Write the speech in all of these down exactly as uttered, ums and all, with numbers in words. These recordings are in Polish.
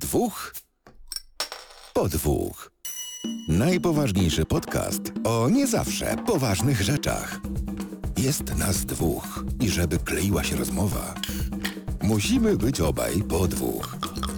dwóch po dwóch. Najpoważniejszy podcast o nie zawsze poważnych rzeczach. Jest nas dwóch i żeby kleiła się rozmowa, musimy być obaj po dwóch.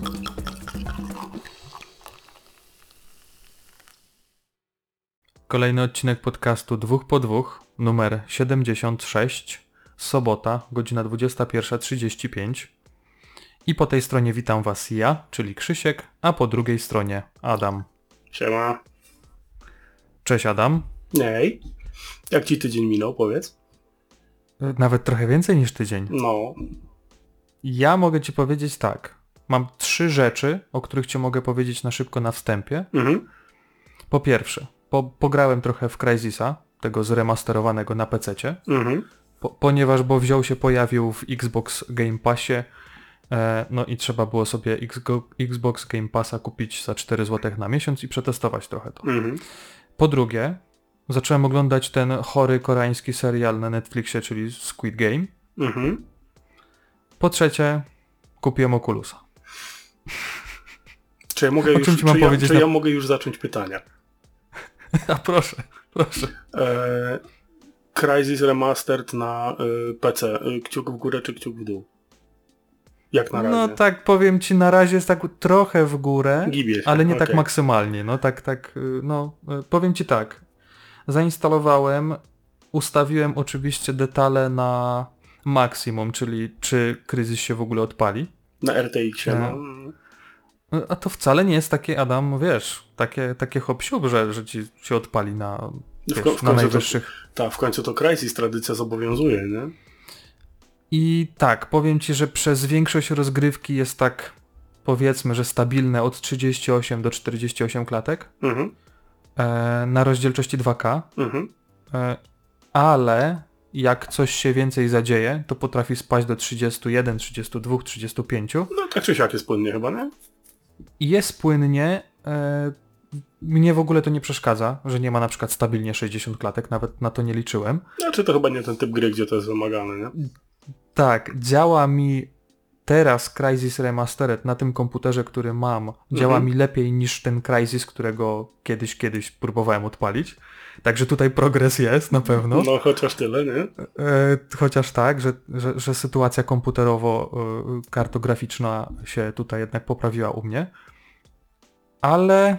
Kolejny odcinek podcastu Dwóch po dwóch, numer siedemdziesiąt sześć, sobota, godzina dwudziesta pierwsza trzydzieści pięć. I po tej stronie witam was ja, czyli Krzysiek, a po drugiej stronie Adam. Siema. Cześć Adam. Ej, jak ci tydzień minął, powiedz? Nawet trochę więcej niż tydzień. No. Ja mogę ci powiedzieć tak. Mam trzy rzeczy, o których ci mogę powiedzieć na szybko na wstępie. Mhm. Po pierwsze, po, pograłem trochę w Crysisa, tego zremasterowanego na pececie, Mhm. po, ponieważ bo wziął się pojawił w Xbox Game Passie, e, no i trzeba było sobie Xgo, Xbox Game Passa kupić za cztery złote na miesiąc i przetestować trochę to. Mhm. Po drugie, zacząłem oglądać ten chory koreański serial na Netflixie, czyli Squid Game. Mhm. Po trzecie, kupiłem Oculusa. Czy ja mogę O już, czym ci mam czy ja, powiedzieć czy na- ja mogę już zacząć pytania? A proszę, proszę. E, Crysis Remastered na e, P C. E, kciuk w górę czy kciuk w dół? Jak na razie? No tak powiem ci, na razie jest tak trochę w górę, Gibie się, ale nie tak okej. maksymalnie. No tak, tak, y, no y, powiem ci tak. Zainstalowałem, ustawiłem oczywiście detale na maksimum, czyli czy kryzys się w ogóle odpali. Na R T X-ie, no. Y, A to wcale nie jest takie, Adam, wiesz, takie, takie hop-siup, że, że ci się odpali na, wiesz, W ko- w na końcu najwyższych. To, tak, w końcu to Crysis, tradycja zobowiązuje, nie? I tak, powiem ci, że przez większość rozgrywki jest tak, powiedzmy, że stabilne od trzydzieści osiem do czterdziestu ośmiu klatek Mhm. e, na rozdzielczości dwa K, Mhm. e, ale jak coś się więcej zadzieje, to potrafi spaść do trzydziestu jeden, trzydziestu dwóch, trzydziestu pięciu No tak czy siak jest płynnie chyba, nie? i jest płynnie. E, mnie w ogóle to nie przeszkadza, że nie ma na przykład stabilnie sześćdziesiąt klatek, nawet na to nie liczyłem. Znaczy to chyba nie ten typ gry, gdzie to jest wymagane, nie? Tak, działa mi teraz Crysis Remastered na tym komputerze, który mam, działa Mhm. mi lepiej niż ten Crysis, którego kiedyś, kiedyś próbowałem odpalić. Także tutaj progres jest na pewno. No chociaż tyle, nie? E, chociaż tak, że, że, że sytuacja komputerowo-kartograficzna się tutaj jednak poprawiła u mnie. Ale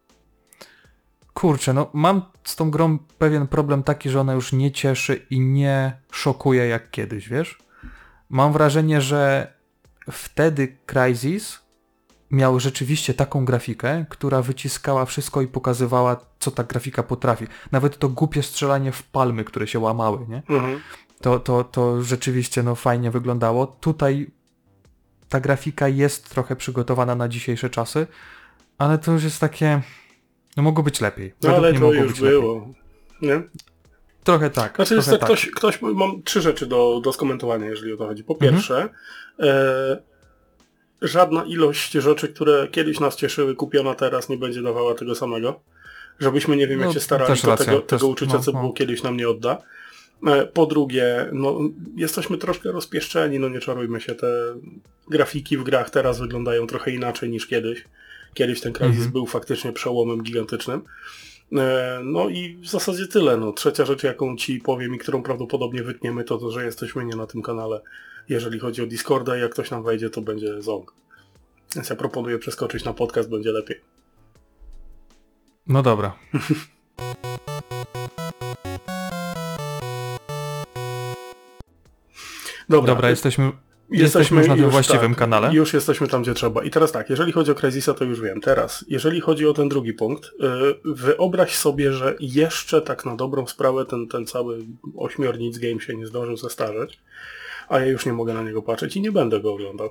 kurczę, no mam z tą grą pewien problem taki, że ona już nie cieszy i nie szokuje jak kiedyś, wiesz? Mam wrażenie, że wtedy Crysis miał rzeczywiście taką grafikę, która wyciskała wszystko i pokazywała, co ta grafika potrafi. Nawet to głupie strzelanie w palmy, które się łamały, nie? Mhm. To, to, to rzeczywiście no, fajnie wyglądało. Tutaj ta grafika jest trochę przygotowana na dzisiejsze czasy, ale to już jest takie... No mogło być lepiej. No Według ale mnie to mogło już być lepiej. było, nie? Trochę tak. Znaczy, jest trochę to tak. ktoś, ktoś, mam trzy rzeczy do, do skomentowania, jeżeli o to chodzi. Po pierwsze, e, żadna ilość rzeczy, które kiedyś nas cieszyły, kupiona teraz, nie będzie dawała tego samego. Żebyśmy nie wiem jak No, się starali, też to racja, tego, też- tego uczucia, no, co no. było kiedyś, nam nie odda. E, po drugie, no, jesteśmy troszkę rozpieszczeni, no nie czarujmy się, te grafiki w grach teraz wyglądają trochę inaczej niż kiedyś. Kiedyś ten Crysis Mhm. był faktycznie przełomem gigantycznym. E, No i w zasadzie tyle. No. Trzecia rzecz, jaką ci powiem i którą prawdopodobnie wytniemy, to to, że jesteśmy nie na tym kanale. Jeżeli chodzi o Discorda i jak ktoś nam wejdzie, to będzie ząg. Więc ja proponuję przeskoczyć na podcast, będzie lepiej. No dobra. Dobra, Dobra, jesteśmy, jesteśmy już na tym już, właściwym tak, kanale. Już jesteśmy tam, gdzie trzeba. I teraz tak, jeżeli chodzi o Crysisa, to już wiem. Teraz, jeżeli chodzi o ten drugi punkt, yy, wyobraź sobie, że jeszcze tak na dobrą sprawę ten, ten cały ośmiornic game się nie zdążył zestarzeć, a ja już nie mogę na niego patrzeć i nie będę go oglądał.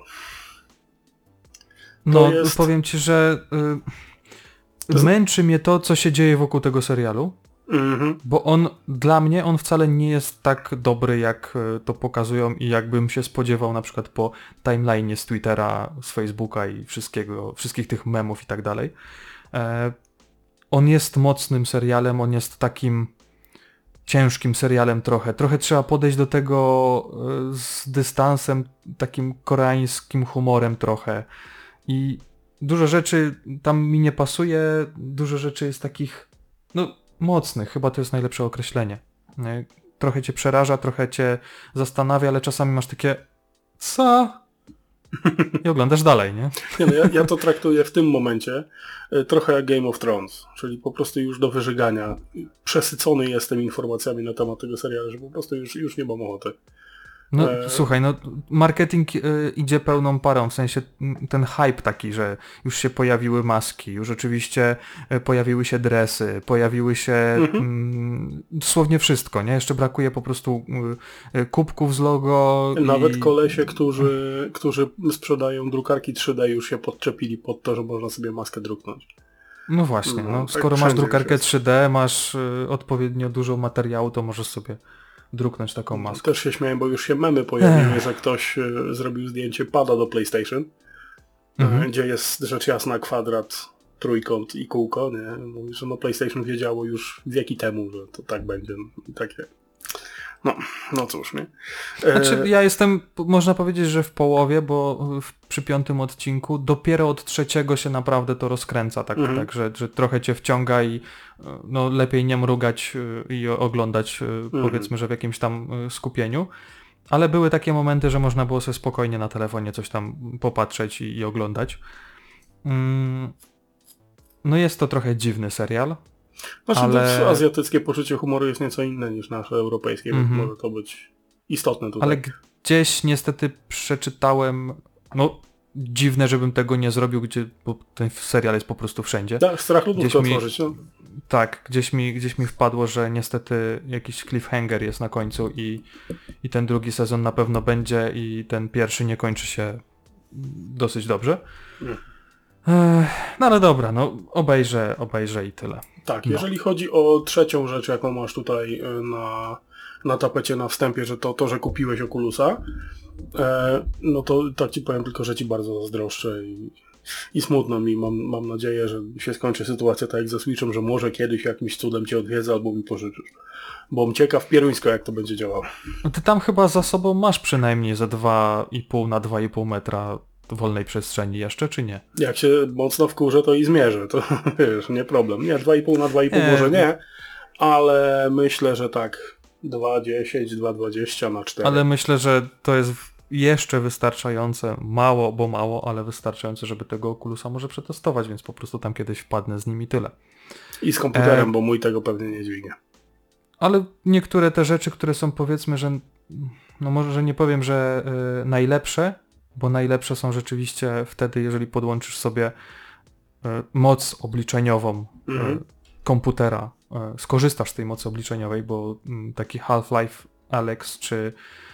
No, jest- powiem ci, że y, To- męczy mnie to, co się dzieje wokół tego serialu, Mhm. bo on, dla mnie, on wcale nie jest tak dobry, jak y, to pokazują i jakbym się spodziewał na przykład po timeline'ie z Twittera, z Facebooka i wszystkiego, wszystkich tych memów i tak dalej. E, on jest mocnym serialem, on jest takim ciężkim serialem trochę. Trochę trzeba podejść do tego y, z dystansem, takim koreańskim humorem trochę. I dużo rzeczy tam mi nie pasuje, dużo rzeczy jest takich, no mocnych, chyba to jest najlepsze określenie. Nie? Trochę cię przeraża, trochę cię zastanawia, ale czasami masz takie co? I oglądasz dalej, nie? Nie no, ja, ja to traktuję w tym momencie y, trochę jak Game of Thrones, czyli po prostu już do wyżygania. Przesycony jestem informacjami na temat tego serialu, że po prostu już, już nie mam ochoty. No E... słuchaj, no marketing y, idzie pełną parą, w sensie m, ten hype taki, że już się pojawiły maski, już oczywiście y, pojawiły się dresy, pojawiły się Mhm. mm, dosłownie wszystko, nie? Jeszcze brakuje po prostu y, y, kubków z logo. Nawet i... kolesie, którzy, którzy sprzedają drukarki trzy D już się podczepili pod to, że można sobie maskę druknąć. No właśnie, No, no, tak skoro masz wszędzie drukarkę już jest. trzy D, masz y, odpowiednio dużo materiału, to możesz sobie druknąć taką maskę. Też się śmiałem, bo już się memy pojawiły, że ktoś y, zrobił zdjęcie pada do PlayStation, Mhm. y, gdzie jest rzecz jasna kwadrat, trójkąt i kółko, nie? Mówi, że no PlayStation wiedziało już wieki temu, że to tak będzie. I takie. No, no cóż, nie? E, Znaczy ja jestem, można powiedzieć, że w połowie, bo w, przy piątym odcinku dopiero od trzeciego się naprawdę to rozkręca, tak, Mhm. tak że, że trochę cię wciąga i no lepiej nie mrugać y, i oglądać y, powiedzmy, że w jakimś tam y, skupieniu. Ale były takie momenty, że można było sobie spokojnie na telefonie coś tam popatrzeć i, i oglądać. Mm, no jest to trochę dziwny serial. Znaczy ale- to azjatyckie poczucie humoru jest nieco inne niż nasze europejskie, więc Mhm. może to być istotne tutaj. Ale gdzieś niestety przeczytałem, no dziwne, żebym tego nie zrobił, gdzie, bo ten serial jest po prostu wszędzie. Tak, strach lodówkę gdzieś mi- otworzyć, no. Tak, gdzieś mi, gdzieś mi wpadło, że niestety jakiś cliffhanger jest na końcu i, i ten drugi sezon na pewno będzie i ten pierwszy nie kończy się dosyć dobrze. Mm. Ech, no ale dobra, no obejrzę, obejrzę i tyle. Tak, No. jeżeli chodzi o trzecią rzecz, jaką masz tutaj y, na, na tapecie na wstępie, że to to, że kupiłeś Oculusa, e, no to tak ci powiem tylko, że ci bardzo zazdroszczę i, i smutno mi. Mam, mam nadzieję, że się skończy sytuacja tak jak ze Switchem, że może kiedyś jakimś cudem cię odwiedzę albo mi pożyczysz. Bo ciekaw pieruńsko, jak to będzie działało. No ty tam chyba za sobą masz przynajmniej za dwa i pół na dwa i pół metra wolnej przestrzeni jeszcze, czy nie? Jak się mocno wkurzę, to i zmierzę. To wiesz, nie problem. Nie, dwa i pół na dwa i pół Nie. może nie, ale myślę, że tak dwa dziesięć, dwa dwadzieścia na cztery. Ale myślę, że to jest jeszcze wystarczające, mało, bo mało, ale wystarczające, żeby tego Oculusa może przetestować, więc po prostu tam kiedyś wpadnę z nimi tyle. I z komputerem, E, bo mój tego pewnie nie dźwignie. Ale niektóre te rzeczy, które są powiedzmy, że no może że nie powiem, że y, najlepsze, bo najlepsze są rzeczywiście wtedy, jeżeli podłączysz sobie y, moc obliczeniową y, Mhm. komputera, y, skorzystasz z tej mocy obliczeniowej, bo y, taki Half-Life Alyx czy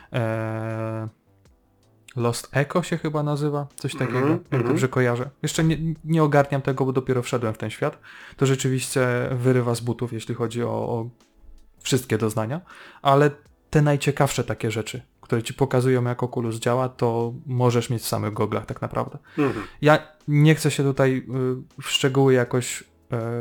e, Lost Echo się chyba nazywa, coś takiego, Mhm, jak mhm. dobrze kojarzę. Jeszcze nie, nie ogarniam tego, bo dopiero wszedłem w ten świat. To rzeczywiście wyrywa z butów, jeśli chodzi o, o wszystkie doznania, ale te najciekawsze takie rzeczy, które ci pokazują, jak Oculus działa, to możesz mieć w samych goglach tak naprawdę. Mhm. Ja nie chcę się tutaj y, w szczegóły jakoś y,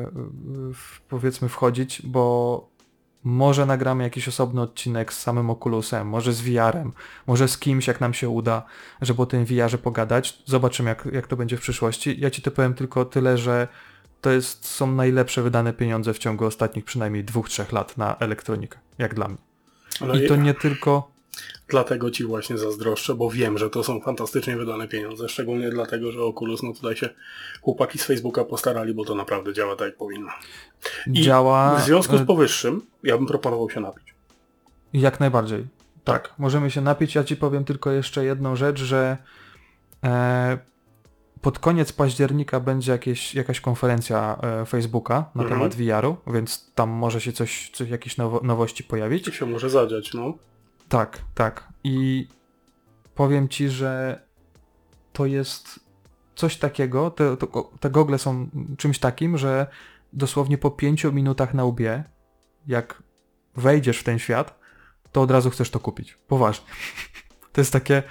w, powiedzmy wchodzić, bo może nagramy jakiś osobny odcinek z samym Oculusem, może z V R-em, może z kimś, jak nam się uda, żeby o tym V R-ze pogadać. Zobaczymy, jak, jak to będzie w przyszłości. Ja ci to powiem tylko tyle, że to jest, są najlepsze wydane pieniądze w ciągu ostatnich przynajmniej dwóch, trzech lat na elektronikę, jak dla mnie. No I to nie tylko... Dlatego ci właśnie zazdroszczę, bo wiem, że to są fantastycznie wydane pieniądze, szczególnie dlatego, że Oculus, no tutaj się chłopaki z Facebooka postarali, bo to naprawdę działa tak jak powinno. I działa... w związku z e, powyższym, ja bym proponował się napić. Jak najbardziej. Tak, Tak. możemy się napić. Ja ci powiem tylko jeszcze jedną rzecz, że e, pod koniec października będzie jakieś, jakaś konferencja e, Facebooka na Mhm. temat V R-u, więc tam może się coś, coś jakieś nowo, nowości pojawić. Co się może zadziać, no. Tak, tak. I powiem ci, że to jest coś takiego, te, to, te gogle są czymś takim, że dosłownie po pięciu minutach na łbie, jak wejdziesz w ten świat, to od razu chcesz to kupić. Poważnie. To jest takie...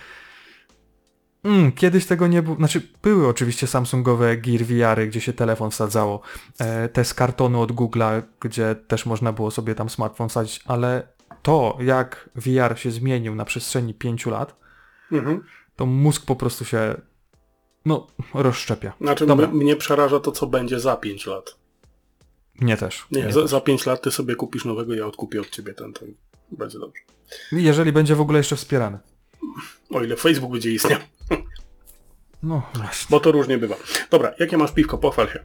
Mm, kiedyś tego nie było... Znaczy, były oczywiście Samsungowe Gear V R-y, gdzie się telefon wsadzało. E, te z kartonu od Google'a, gdzie też można było sobie tam smartfon wsadzić, ale to, jak V R się zmienił na przestrzeni pięciu lat, Mhm. to mózg po prostu się no, rozszczepia. Znaczy Dobra. m- mnie przeraża to, co będzie za pięć lat. Mnie też. Nie, mnie za, też. za pięć lat ty sobie kupisz nowego, ja odkupię od ciebie ten, to będzie dobrze. Jeżeli będzie w ogóle jeszcze wspierany. O ile Facebook będzie istniał. No właśnie. Bo to różnie bywa. Dobra, jakie masz piwko? Pochwal się.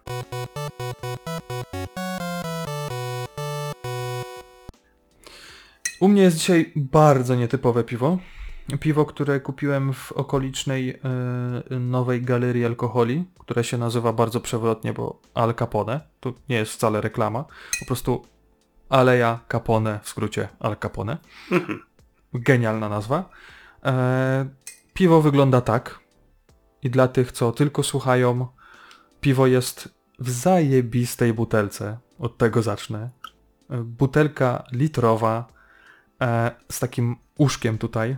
U mnie jest dzisiaj bardzo nietypowe piwo. Piwo, które kupiłem w okolicznej e, nowej galerii alkoholi, która się nazywa bardzo przewrotnie, bo Al Capone. To nie jest wcale reklama. Po prostu Aleja Capone, w skrócie Al Capone. Genialna nazwa. E, piwo wygląda tak. I dla tych, co tylko słuchają, piwo jest w zajebistej butelce. Od tego zacznę. E, butelka litrowa e, z takim uszkiem tutaj.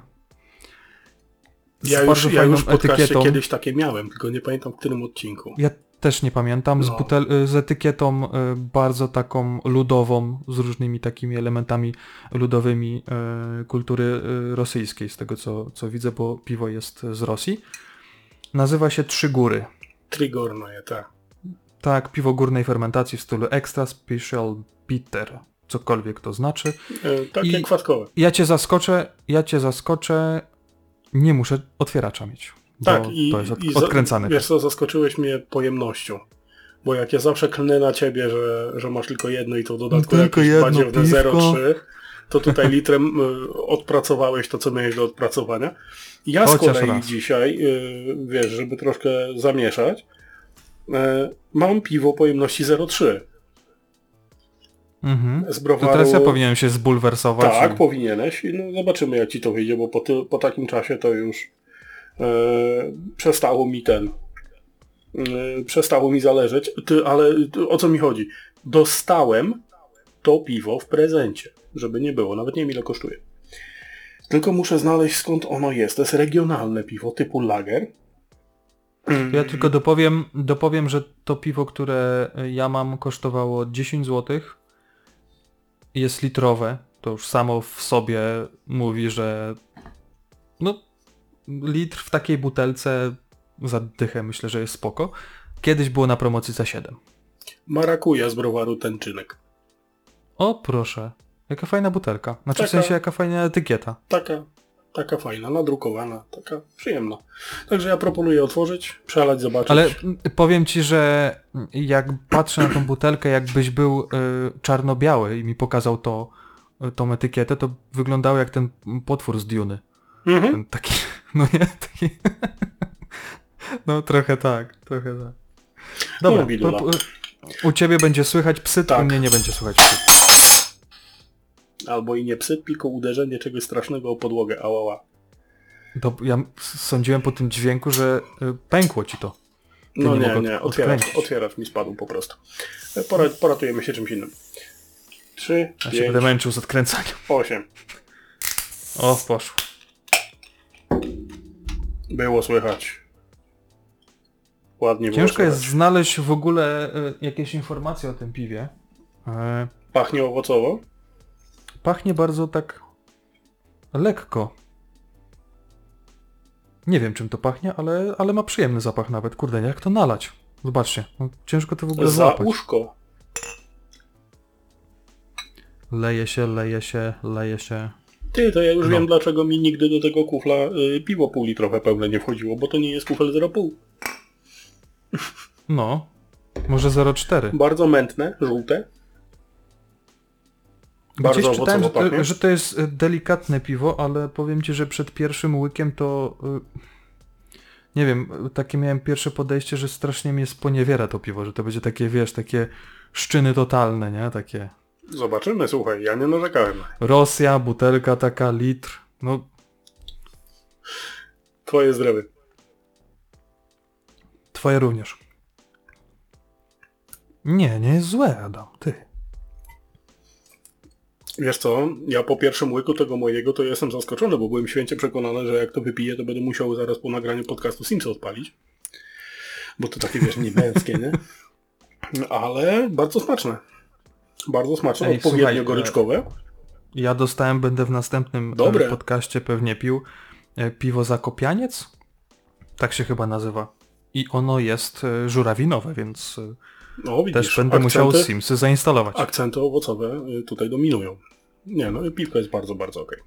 Z Ja już, bardzo ja fajną już w podcaście etykietą. kiedyś takie miałem, tylko nie pamiętam w którym odcinku. Ja też nie pamiętam. Z, No. butel- z etykietą y, bardzo taką ludową, z różnymi takimi elementami ludowymi y, kultury y, rosyjskiej, z tego co, co widzę, bo piwo jest z Rosji. Nazywa się Trzy Góry. Trigorno je, tak. Tak, piwo górnej fermentacji w stylu Extra Special Bitter. Cokolwiek to znaczy. E, takie I- kwaskowe. Ja cię zaskoczę, ja cię zaskoczę, nie muszę otwieracza mieć. Bo Tak, i, to jest od, i za- odkręcany. wiesz co, zaskoczyłeś mnie pojemnością. Bo jak ja zawsze klnę na ciebie, że, że masz tylko jedno i to w dodatku Tylko jakieś jedno badziewne piwko. zero przecinek trzy, to tutaj litrem y, odpracowałeś to, co miałeś do odpracowania. Ja z Chociaż kolei raz. dzisiaj, y, wiesz, żeby troszkę zamieszać, y, mam piwo pojemności zero przecinek trzy. Mhm. Z To browaru... teraz ja powinienem się zbulwersować. Tak, i... powinieneś. I no, zobaczymy, jak ci to wyjdzie, bo po, ty, po takim czasie to już e, przestało mi ten... E, przestało mi zależeć. Ty, ale ty, o co mi chodzi? Dostałem to piwo w prezencie, żeby nie było. Nawet nie wiem, ile kosztuje. Tylko muszę znaleźć, skąd ono jest. To jest regionalne piwo typu lager. Ja tylko dopowiem, dopowiem, że to piwo, które ja mam, kosztowało dziesięć złotych. Jest litrowe. To już samo w sobie mówi, że no litr w takiej butelce za dychę myślę, że jest spoko. Kiedyś było na promocji za siedem. Marakuja z browaru Tęczynek. O proszę. Jaka fajna butelka. Znaczy Taka- w sensie jaka fajna etykieta. Taka, taka fajna, nadrukowana, taka przyjemna. Także ja proponuję otworzyć, przelać, zobaczyć. Ale mm, powiem ci, że jak patrzę na tą butelkę, jakbyś był y, czarno-biały i mi pokazał to, y, tą etykietę, to wyglądało jak ten potwór z Duny. Mhm. Ten taki, no nie? Taki... No trochę tak, trochę tak. Dobra, No, bidula. po- u ciebie będzie słychać psy, to Tak. u mnie nie będzie słychać psy. Albo i nie psy, tylko uderzenie czegoś strasznego o podłogę. Ałała. To ja sądziłem po tym dźwięku, że y, pękło ci to. Ty No nie nie, mogę nie, od- otwieracz, odkręcić. otwieracz mi spadł po prostu. E, Pora, poratujemy się czymś innym. Trzy, Ja się pięć, będę męczył z odkręcaniem. osiem. O, poszło. Było słychać. Ładnie było Ciężko słychać. jest znaleźć w ogóle y, jakieś informacje o tym piwie. E, Pachnie owocowo. Pachnie bardzo tak lekko. Nie wiem czym to pachnie, ale, ale ma przyjemny zapach nawet. Kurde, jak to nalać? Zobaczcie, no, ciężko to w ogóle Za złapać. uszko. Leje się, leje się, leje się. Ty, to ja już No. wiem, dlaczego mi nigdy do tego kufla y, piwo półlitrowe pełne nie wchodziło, bo to nie jest kufel zero przecinek pięć. No, może zero przecinek cztery. Bardzo mętne, żółte. Bardzo Gdzieś czytałem, owocowo że, pachnie. że to jest y, delikatne piwo, ale powiem ci, że przed pierwszym łykiem to... y, Nie wiem, y, takie miałem pierwsze podejście, że strasznie mnie sponiewiera to piwo, że to będzie takie, wiesz, takie szczyny totalne, nie? Takie... Zobaczymy, słuchaj, ja nie narzekałem. Rosja, butelka taka, litr. No, Twoje zdrowie. twoje również. Nie, nie jest złe, Adam, ty. Wiesz co, ja po pierwszym łyku tego mojego to jestem zaskoczony, bo byłem święcie przekonany, że jak to wypiję, to będę musiał zaraz po nagraniu podcastu Simsa odpalić. Bo to takie, wiesz, niemęskie, nie? Ale bardzo smaczne. Bardzo smaczne, Ej, odpowiednio słuchaj, goryczkowe. Ja dostałem, będę w następnym Dobre. e, podcaście pewnie pił e, piwo Zakopianiec. Tak się chyba nazywa. I ono jest e, żurawinowe, więc e, No widzisz, też będę musiał Simsy zainstalować. Akcenty owocowe y, tutaj dominują. Nie no, piwko jest bardzo, bardzo okej.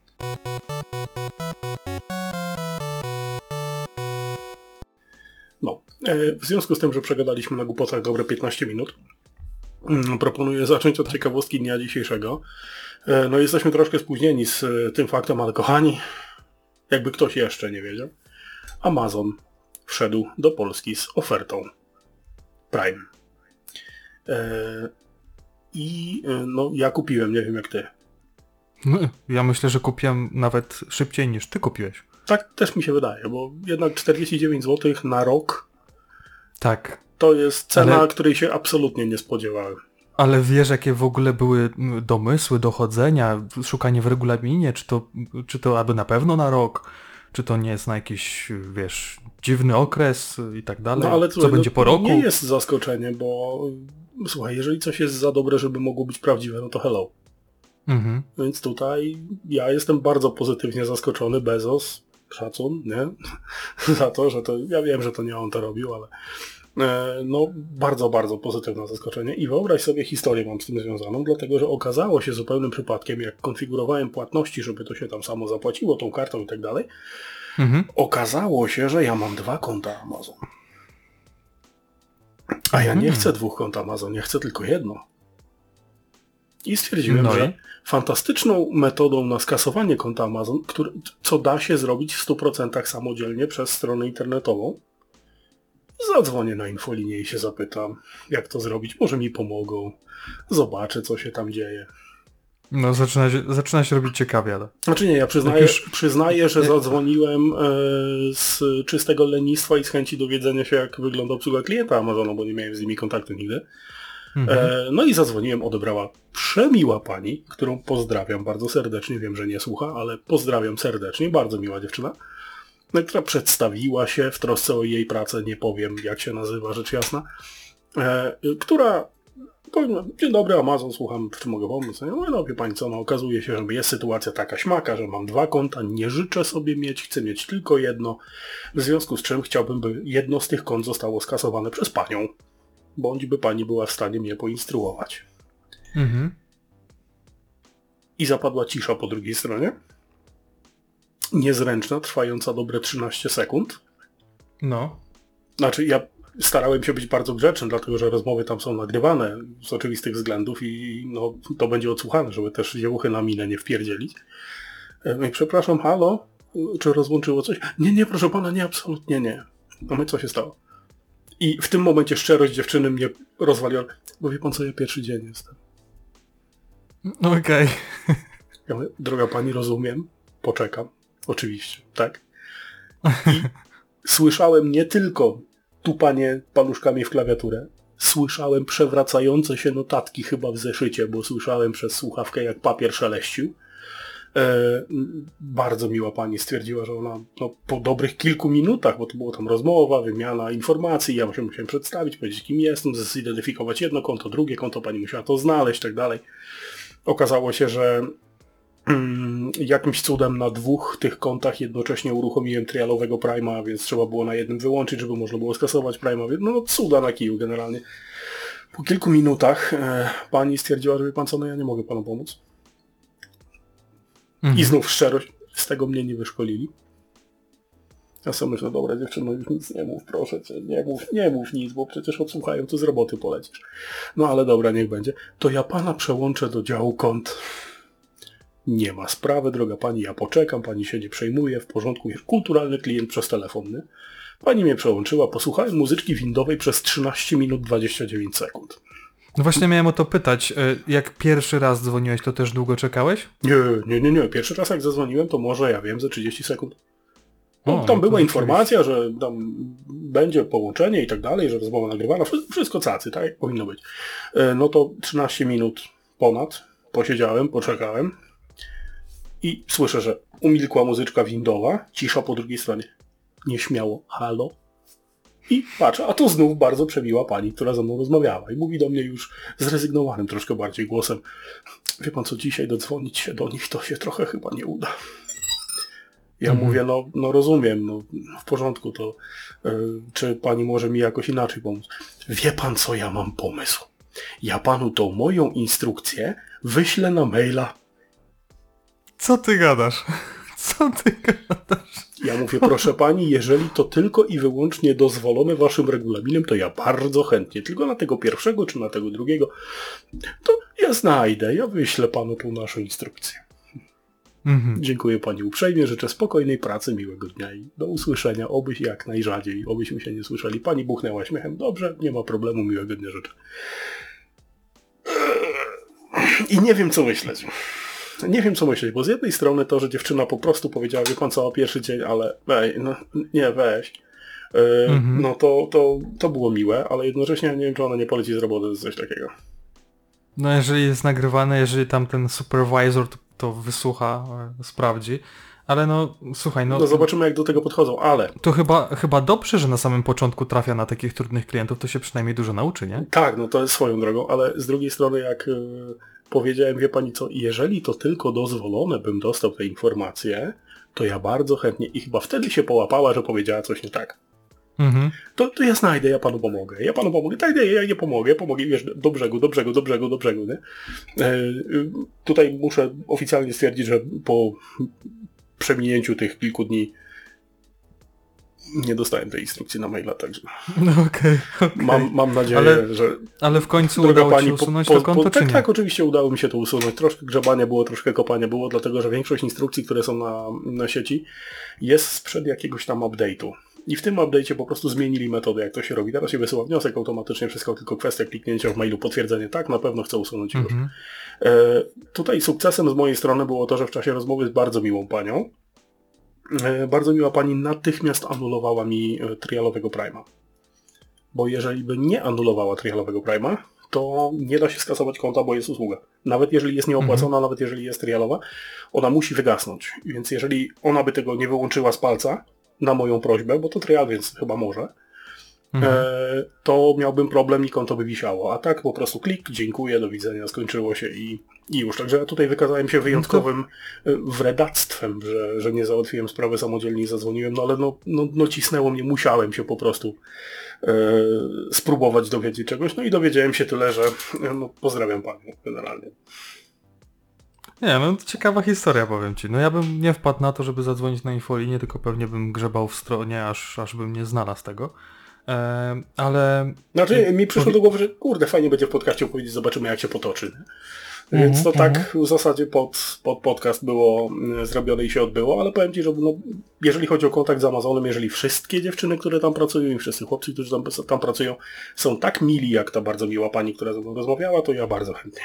No, e, w związku z tym, że przegadaliśmy na głupotach dobre piętnaście minut, mm, proponuję zacząć od ciekawostki dnia dzisiejszego. E, no jesteśmy troszkę spóźnieni z e, tym faktem, ale kochani, jakby ktoś jeszcze nie wiedział, Amazon wszedł do Polski z ofertą Prime. E, I e, no ja kupiłem, nie wiem jak ty. No, ja myślę, że kupiłem nawet szybciej niż ty kupiłeś. Tak też mi się wydaje, bo jednak czterdzieści dziewięć złotych na rok Tak. to jest cena, Ale- której się absolutnie nie spodziewałem. Ale wiesz, jakie w ogóle były mm, domysły, dochodzenia, szukanie w regulaminie, czy to, czy to aby na pewno na rok, czy to nie jest na jakiś, wiesz, dziwny okres i tak dalej, No ale co słuchaj, będzie no, po roku. nie jest zaskoczenie, bo słuchaj, jeżeli coś jest za dobre, żeby mogło być prawdziwe, no to hello. Mhm. Więc tutaj ja jestem bardzo pozytywnie zaskoczony. Bezos, szacun, nie? Za to, że to, ja wiem, że to nie on to robił, ale e, no bardzo, bardzo pozytywne zaskoczenie. I wyobraź sobie historię mam z tym związaną, dlatego że okazało się zupełnym przypadkiem, jak konfigurowałem płatności, żeby to się tam samo zapłaciło tą kartą i tak dalej, Mhm. okazało się, że ja mam dwa konta Amazon. A ja nie Mhm. chcę dwóch kont Amazon, ja chcę tylko jedno. I stwierdziłem, No i? że fantastyczną metodą na skasowanie konta Amazon, który, co da się zrobić w stu procentach samodzielnie przez stronę internetową, zadzwonię na infolinię i się zapytam, jak to zrobić. Może mi pomogą. Zobaczę, co się tam dzieje. No zaczyna się, zaczyna się robić ciekawie, ale... Znaczy nie, ja przyznaję, Jak już- przyznaję że zadzwoniłem e, z czystego lenistwa i z chęci dowiedzenia się, jak wygląda obsługa klienta Amazonu, bo nie miałem z nimi kontaktu nigdy. Mhm. E, no i zadzwoniłem, odebrała przemiła pani, którą pozdrawiam bardzo serdecznie, wiem, że nie słucha, ale pozdrawiam serdecznie, bardzo miła dziewczyna, no, która przedstawiła się w trosce o jej pracę, nie powiem jak się nazywa, rzecz jasna, e, która powiedziała, dzień dobry Amazon, słucham, w czym mogę pomóc. Ja mówię, no wie pani co, no okazuje się, że jest sytuacja taka śmaka, że mam dwa konta, nie życzę sobie mieć, chcę mieć tylko jedno, w związku z czym chciałbym, by jedno z tych kont zostało skasowane przez panią, bądź by pani była w stanie mnie poinstruować. Mhm. I zapadła cisza po drugiej stronie. Niezręczna, trwająca dobre trzynaście sekund. No. Znaczy ja starałem się być bardzo grzeczny, dlatego że rozmowy tam są nagrywane z oczywistych względów i no, to będzie odsłuchane, żeby też dziewuchy na minę nie wpierdzielić. No i przepraszam, halo? Czy rozłączyło coś? Nie, nie, proszę pana, nie, absolutnie nie. No my co się stało? I w tym momencie szczerość dziewczyny mnie rozwaliła. Bo wie pan co, ja pierwszy dzień jestem. No okej. Ja mówię, droga pani, rozumiem, poczekam. Oczywiście, tak? I słyszałem nie tylko tupanie paluszkami w klawiaturę, słyszałem przewracające się notatki chyba w zeszycie, bo słyszałem przez słuchawkę, jak papier szeleścił. E, bardzo miła pani stwierdziła, że ona no, po dobrych kilku minutach, bo to była tam rozmowa, wymiana informacji, ja się musiałem przedstawić, powiedzieć kim jestem, zidentyfikować jedno konto, drugie konto, pani musiała to znaleźć, tak dalej. Okazało się, że mm, jakimś cudem na dwóch tych kontach jednocześnie uruchomiłem trialowego Prime'a, więc trzeba było na jednym wyłączyć, żeby można było skasować Prime'a. No, no cuda na kiju generalnie. Po kilku minutach e, pani stwierdziła, że wie pan co, no ja nie mogę panu pomóc. Mhm. I znów szczerość, z tego mnie nie wyszkolili. Ja sobie myślę, dobra dziewczyno, już nic nie mów, proszę cię, nie mów, nie mów nic, bo przecież odsłuchają, to z roboty polecisz. No ale dobra, niech będzie. To ja pana przełączę do działu kont. Nie ma sprawy, droga pani, ja poczekam, pani się nie przejmuje, w porządku, jest kulturalny klient przez telefon, nie? Pani mnie przełączyła, posłuchałem muzyczki windowej przez trzynaście minut dwadzieścia dziewięć sekund. No właśnie miałem o to pytać. y, Jak pierwszy raz dzwoniłeś, to też długo czekałeś? Nie, nie, nie, nie, pierwszy raz jak zadzwoniłem, to może, ja wiem, ze trzydzieści sekund. No, O, tam no to była rzeczywiście. informacja, że tam będzie połączenie i tak dalej, że rozmowa nagrywana, wszystko, wszystko cacy, tak jak powinno być. E, No to trzynaście minut ponad posiedziałem, poczekałem i słyszę, że umilkła muzyczka windowa, cisza po drugiej stronie. Nieśmiało, halo? I patrzę, a to znów bardzo przemiła pani, która ze mną rozmawiała i mówi do mnie już zrezygnowanym troszkę bardziej głosem: wie pan co, dzisiaj dodzwonić się do nich to się trochę chyba nie uda. Ja Mhm. mówię, no, no rozumiem, no w porządku, to y, czy pani może mi jakoś inaczej pomóc? Wie pan co, ja mam pomysł. Ja panu tą moją instrukcję wyślę na maila. Co ty gadasz? Co ty gadasz? Ja mówię, proszę pani, jeżeli to tylko i wyłącznie dozwolone waszym regulaminem, to ja bardzo chętnie, tylko na tego pierwszego czy na tego drugiego, to ja znajdę, ja wyślę panu tą naszą instrukcję. Mhm. Dziękuję pani uprzejmie, życzę spokojnej pracy, miłego dnia i do usłyszenia, obyś jak najrzadziej, obyśmy się nie słyszeli. Pani buchnęła śmiechem, dobrze, nie ma problemu, miłego dnia życzę. I nie wiem co myśleć. Nie wiem co myśleć, bo z jednej strony to, że dziewczyna po prostu powiedziała, wie pan co, pierwszy dzień, ale wej, no nie, weź. Yy, Mhm. No to, to, to było miłe, ale jednocześnie nie wiem, czy ona nie poleci z roboty z coś takiego. No jeżeli jest nagrywane, jeżeli tam ten supervisor to, to wysłucha, e, sprawdzi, ale no słuchaj, no, No zobaczymy jak do tego podchodzą, ale to chyba, chyba dobrze, że na samym początku trafia na takich trudnych klientów, to się przynajmniej dużo nauczy, nie? tak, no to jest swoją drogą, ale z drugiej strony jak yy, powiedziałem, wie pani co, jeżeli to tylko dozwolone bym dostał te informacje, to ja bardzo chętnie i chyba wtedy się połapała, że powiedziała coś nie tak. Mhm. To, to ja znajdę, ja panu pomogę. Ja panu pomogę. Tak, nie, ja nie pomogę. Pomogę, wiesz, do brzegu, do brzegu, do brzegu, do brzegu, nie? E, y, tutaj muszę oficjalnie stwierdzić, że po przeminięciu tych kilku dni nie dostałem tej instrukcji na maila, także No okej, okej. mam, mam nadzieję, Ale- że Ale w końcu droga udało ci pani usunąć po, to po, konto, po, czy tak, nie? tak, oczywiście udało mi się to usunąć. Troszkę grzebania było, troszkę kopania było, dlatego że większość instrukcji, które są na, na sieci, jest sprzed jakiegoś tam update'u. I w tym update'cie po prostu zmienili metodę, jak to się robi. Teraz się wysyła wniosek automatycznie, wszystko tylko kwestia kliknięcia w mailu, potwierdzenie. Tak, na pewno chcę usunąć już. Mhm. E, tutaj sukcesem z mojej strony było to, że w czasie rozmowy z bardzo miłą panią, e, bardzo miła pani natychmiast anulowała mi e, trialowego Prima. Bo jeżeli by nie anulowała trialowego Prima, to nie da się skasować konta, bo jest usługa. Nawet jeżeli jest nieopłacona, Mhm. nawet jeżeli jest trialowa, ona musi wygasnąć. Więc jeżeli ona by tego nie wyłączyła z palca, na moją prośbę, bo to trial, więc chyba może, Mhm. e, to miałbym problem i konto by wisiało. A tak po prostu klik, dziękuję, do widzenia, skończyło się i, i już. Także ja tutaj wykazałem się wyjątkowym e, wredactwem, że, że nie załatwiłem sprawy samodzielnie i zadzwoniłem, no ale no, no, no cisnęło mnie, musiałem się po prostu e, spróbować dowiedzieć czegoś, no i dowiedziałem się tyle, że e, no, pozdrawiam panią generalnie. Nie, no to ciekawa historia, powiem ci. No ja bym nie wpadł na to, żeby zadzwonić na infolinię, tylko pewnie bym grzebał w stronie, aż, aż bym nie znalazł tego. E, ale... Znaczy mi przyszło Powie- do głowy, że kurde, fajnie będzie w podcaście opowiedzieć, zobaczymy jak się potoczy. Nie? Mhm, Więc to mhm. tak w zasadzie pod, pod podcast było mm, zrobione i się odbyło, ale powiem ci, że no, jeżeli chodzi o kontakt z Amazonem, jeżeli wszystkie dziewczyny, które tam pracują i wszyscy chłopcy, którzy tam, tam pracują, są tak mili jak ta bardzo miła pani, która ze mną rozmawiała, to ja bardzo chętnie.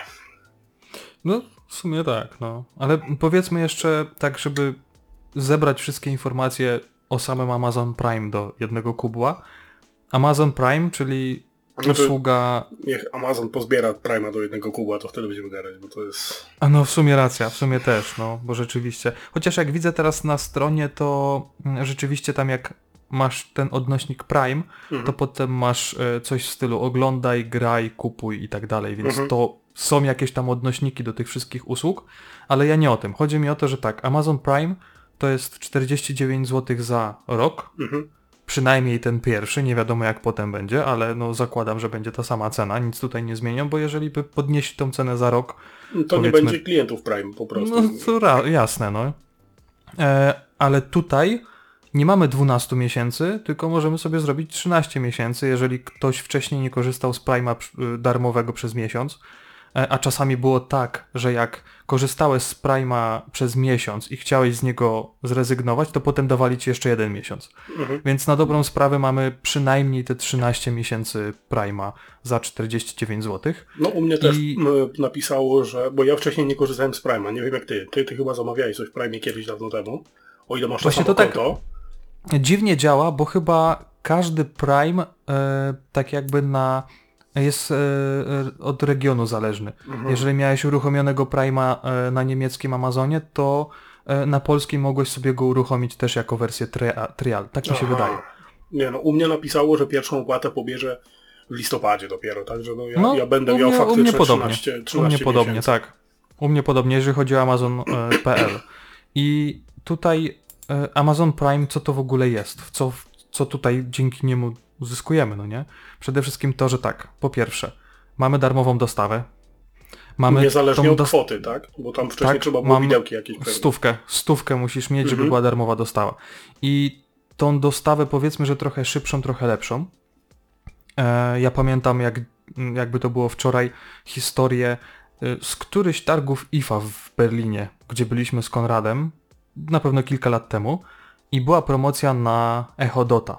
No, w sumie tak, no. Ale powiedzmy jeszcze tak, żeby zebrać wszystkie informacje o samym Amazon Prime do jednego kubła. Amazon Prime, czyli Znaczy- usługa... Niech Amazon pozbiera Prime'a do jednego kuba, to wtedy będziemy gadać, bo to jest... A no w sumie racja, w sumie też, no, bo rzeczywiście. Chociaż jak widzę teraz na stronie, to mm, rzeczywiście tam jak masz ten odnośnik Prime, Mhm. to potem masz e, coś w stylu oglądaj, graj, kupuj i tak dalej, więc Mhm. to są jakieś tam odnośniki do tych wszystkich usług, ale ja nie o tym. Chodzi mi o to, że tak, Amazon Prime to jest czterdzieści dziewięć złotych za rok, Mhm. przynajmniej ten pierwszy, nie wiadomo jak potem będzie, ale no zakładam, że będzie ta sama cena, nic tutaj nie zmienią, bo jeżeli by podnieśli tą cenę za rok, To nie Powiedzmy- będzie klientów Prime po prostu. no to ra- jasne, no. E, ale tutaj nie mamy dwunastu miesięcy, tylko możemy sobie zrobić trzynaście miesięcy, jeżeli ktoś wcześniej nie korzystał z Prime'a pr- darmowego przez miesiąc. E, a czasami było tak, że jak korzystałeś z Prime'a przez miesiąc i chciałeś z niego zrezygnować, to potem dawali ci jeszcze jeden miesiąc. Mhm. Więc na dobrą sprawę mamy przynajmniej te trzynaście miesięcy Prime'a za czterdzieści dziewięć złotych. No u mnie też I- m, napisało, że... Bo ja wcześniej nie korzystałem z Prime'a, nie wiem jak ty. Ty, ty chyba zamawiałeś coś w Prime'ie kiedyś dawno temu. O ile masz to Właśnie samo to tak- konto. Dziwnie działa, bo chyba każdy Prime e, tak jakby na jest e, e, od regionu zależny. Mhm. Jeżeli miałeś uruchomionego Prime'a e, na niemieckim Amazonie, to e, na polskim mogłeś sobie go uruchomić też jako wersję tria, trial. Tak mi się Aha. wydaje. Nie no, u mnie napisało, że pierwszą opłatę pobierze w listopadzie dopiero, także no ja, No, ja będę u miał mnie, u faktycznie mnie podobnie. trzynaście, U mnie trzynaście podobnie, miesięcy. tak. U mnie podobnie, jeżeli chodzi o Amazon kropka p l. I tutaj e, Amazon Prime, co to w ogóle jest? Co, co tutaj dzięki niemu uzyskujemy, no nie? Przede wszystkim to, że tak, po pierwsze, mamy darmową dostawę. Mamy Niezależnie tą od dos- kwoty, tak? Bo tam wcześniej tak, trzeba było mam widełki jakieś pewne. Stówkę, stówkę musisz mieć, żeby Mhm. była darmowa dostawa. I tą dostawę powiedzmy, że trochę szybszą, trochę lepszą. E, ja pamiętam, jak, jakby to było wczoraj, historię y, z którychś targów I F A w Berlinie, gdzie byliśmy z Konradem, na pewno kilka lat temu, i była promocja na Echo Dota.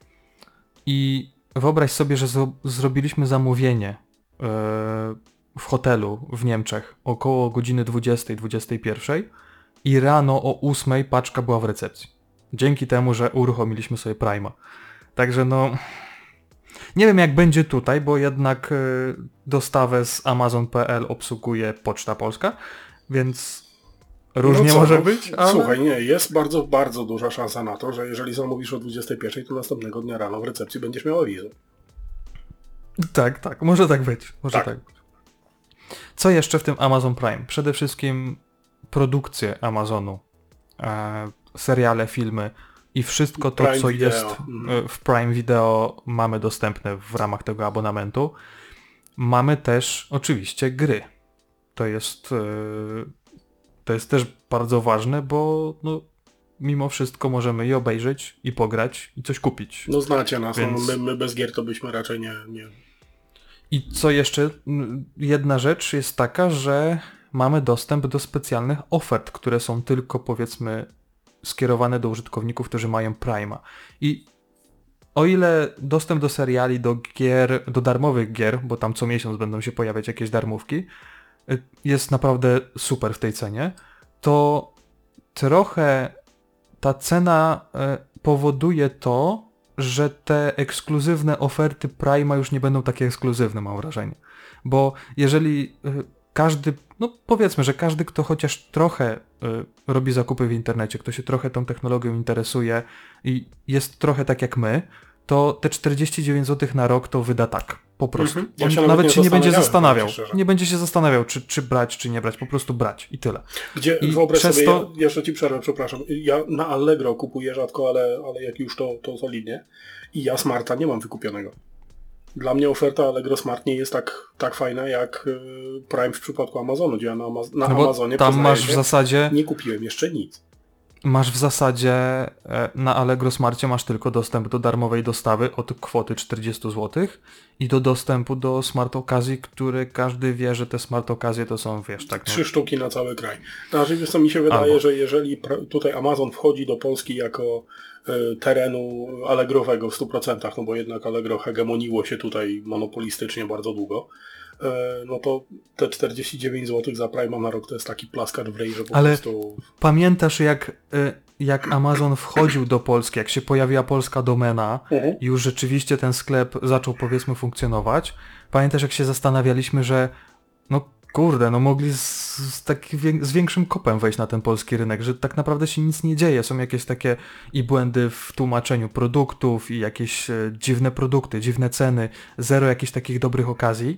I wyobraź sobie, że zro- zrobiliśmy zamówienie e, w hotelu w Niemczech około godziny dwudziestej, dwudziestej pierwszej i rano o ósmej paczka była w recepcji. Dzięki temu, że uruchomiliśmy sobie Prima. Także no... Nie wiem jak będzie tutaj, bo jednak e, dostawę z Amazon kropka pe el obsługuje Poczta Polska, więc różnie No co, może no, być, ale... Słuchaj, nie, jest bardzo, bardzo duża szansa na to, że jeżeli zamówisz o dwudziestej pierwszej, to następnego dnia rano w recepcji będziesz miał awizę. Tak, tak, może tak być. Może Tak. tak. być. Co jeszcze w tym Amazon Prime? Przede wszystkim produkcje Amazonu, e, seriale, filmy i wszystko to, Prime co Video. jest Mhm. e, w Prime Video mamy dostępne w ramach tego abonamentu. Mamy też oczywiście gry. To jest, e, to jest też bardzo ważne, bo no, mimo wszystko możemy i obejrzeć, i pograć, i coś kupić. No znacie nas, Więc- no, my, my bez gier to byśmy raczej nie... nie... I co jeszcze? N- Jedna rzecz jest taka, że mamy dostęp do specjalnych ofert, które są tylko powiedzmy skierowane do użytkowników, którzy mają Prima. I o ile dostęp do seriali, do gier, do darmowych gier, bo tam co miesiąc będą się pojawiać jakieś darmówki, y, jest naprawdę super w tej cenie, to trochę ta cena y, powoduje to, że te ekskluzywne oferty Prima już nie będą takie ekskluzywne, mam wrażenie. Bo jeżeli y, każdy, no powiedzmy, że każdy, kto chociaż trochę y, robi zakupy w internecie, kto się trochę tą technologią interesuje i jest trochę tak jak my, to te czterdzieści dziewięć złotych na rok to wyda tak, po prostu. Mhm. Ja On się nawet, nawet nie się nie będzie zastanawiałem, zastanawiał. powiem ci szczerze. Nie będzie się zastanawiał, czy, czy brać, czy nie brać, po prostu brać i tyle. Gdzie, I wyobraź przez sobie, to- ja, jeszcze ci przerwę, przepraszam, ja na Allegro kupuję rzadko, ale, ale jak już to, to solidnie i ja Smarta nie mam wykupionego. Dla mnie oferta Allegro Smart nie jest tak, tak fajna jak y, Prime w przypadku Amazonu, gdzie ja na, Amaz- na No bo Amazonie tam przyznaję masz w się, zasadzie nie kupiłem jeszcze nic. Masz w zasadzie e, na Allegro Smarcie masz tylko dostęp do darmowej dostawy od kwoty czterdzieści złotych i do dostępu do smart okazji, które każdy wie, że te smart okazje to są, wiesz, tak, no, Trzy sztuki na cały kraj. Znaczy, wiesz co, mi się wydaje, Albo. że jeżeli pra- tutaj Amazon wchodzi do Polski jako y, terenu Allegrowego w stu procentach, no bo jednak Allegro hegemoniło się tutaj monopolistycznie bardzo długo, y, no to te czterdzieści dziewięć złotych za Prima na rok to jest taki plaskacz w ryj, że po Ale- prostu... Pamiętasz jak, y, jak Amazon wchodził do Polski, jak się pojawiła polska domena Mhm. i już rzeczywiście ten sklep zaczął powiedzmy funkcjonować? Pamiętasz jak się zastanawialiśmy, że no kurde, no mogli z, z, taki, wiek- z większym kopem wejść na ten polski rynek, że tak naprawdę się nic nie dzieje, są jakieś takie i błędy w tłumaczeniu produktów i jakieś e, dziwne produkty, dziwne ceny, zero jakichś takich dobrych okazji,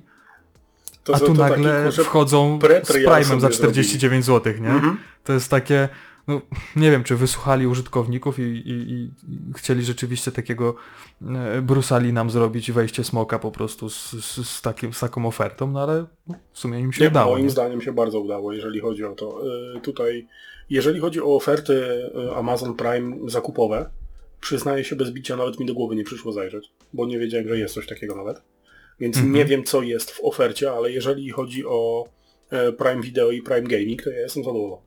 To, a to- tu to nagle taki, kurczę, wchodzą z pretrial Prime'em sobie za czterdzieści dziewięć złotych, nie? Mhm. To jest takie, no nie wiem, czy wysłuchali użytkowników i, i, i, i chcieli rzeczywiście takiego e, Brusali nam zrobić i wejście smoka po prostu z, z, z, takim, z taką ofertą, no ale no, w sumie im się Nie, udało. moim Nie? zdaniem się bardzo udało, jeżeli chodzi o to. Y, tutaj, jeżeli chodzi o oferty y, Amazon Prime zakupowe, przyznaję się bez bicia, nawet mi do głowy nie przyszło zajrzeć, bo nie wiedziałem, że jest coś takiego nawet. Więc Mhm. nie wiem, co jest w ofercie, ale jeżeli chodzi o e, Prime Video i Prime Gaming, to ja jestem zadowolony.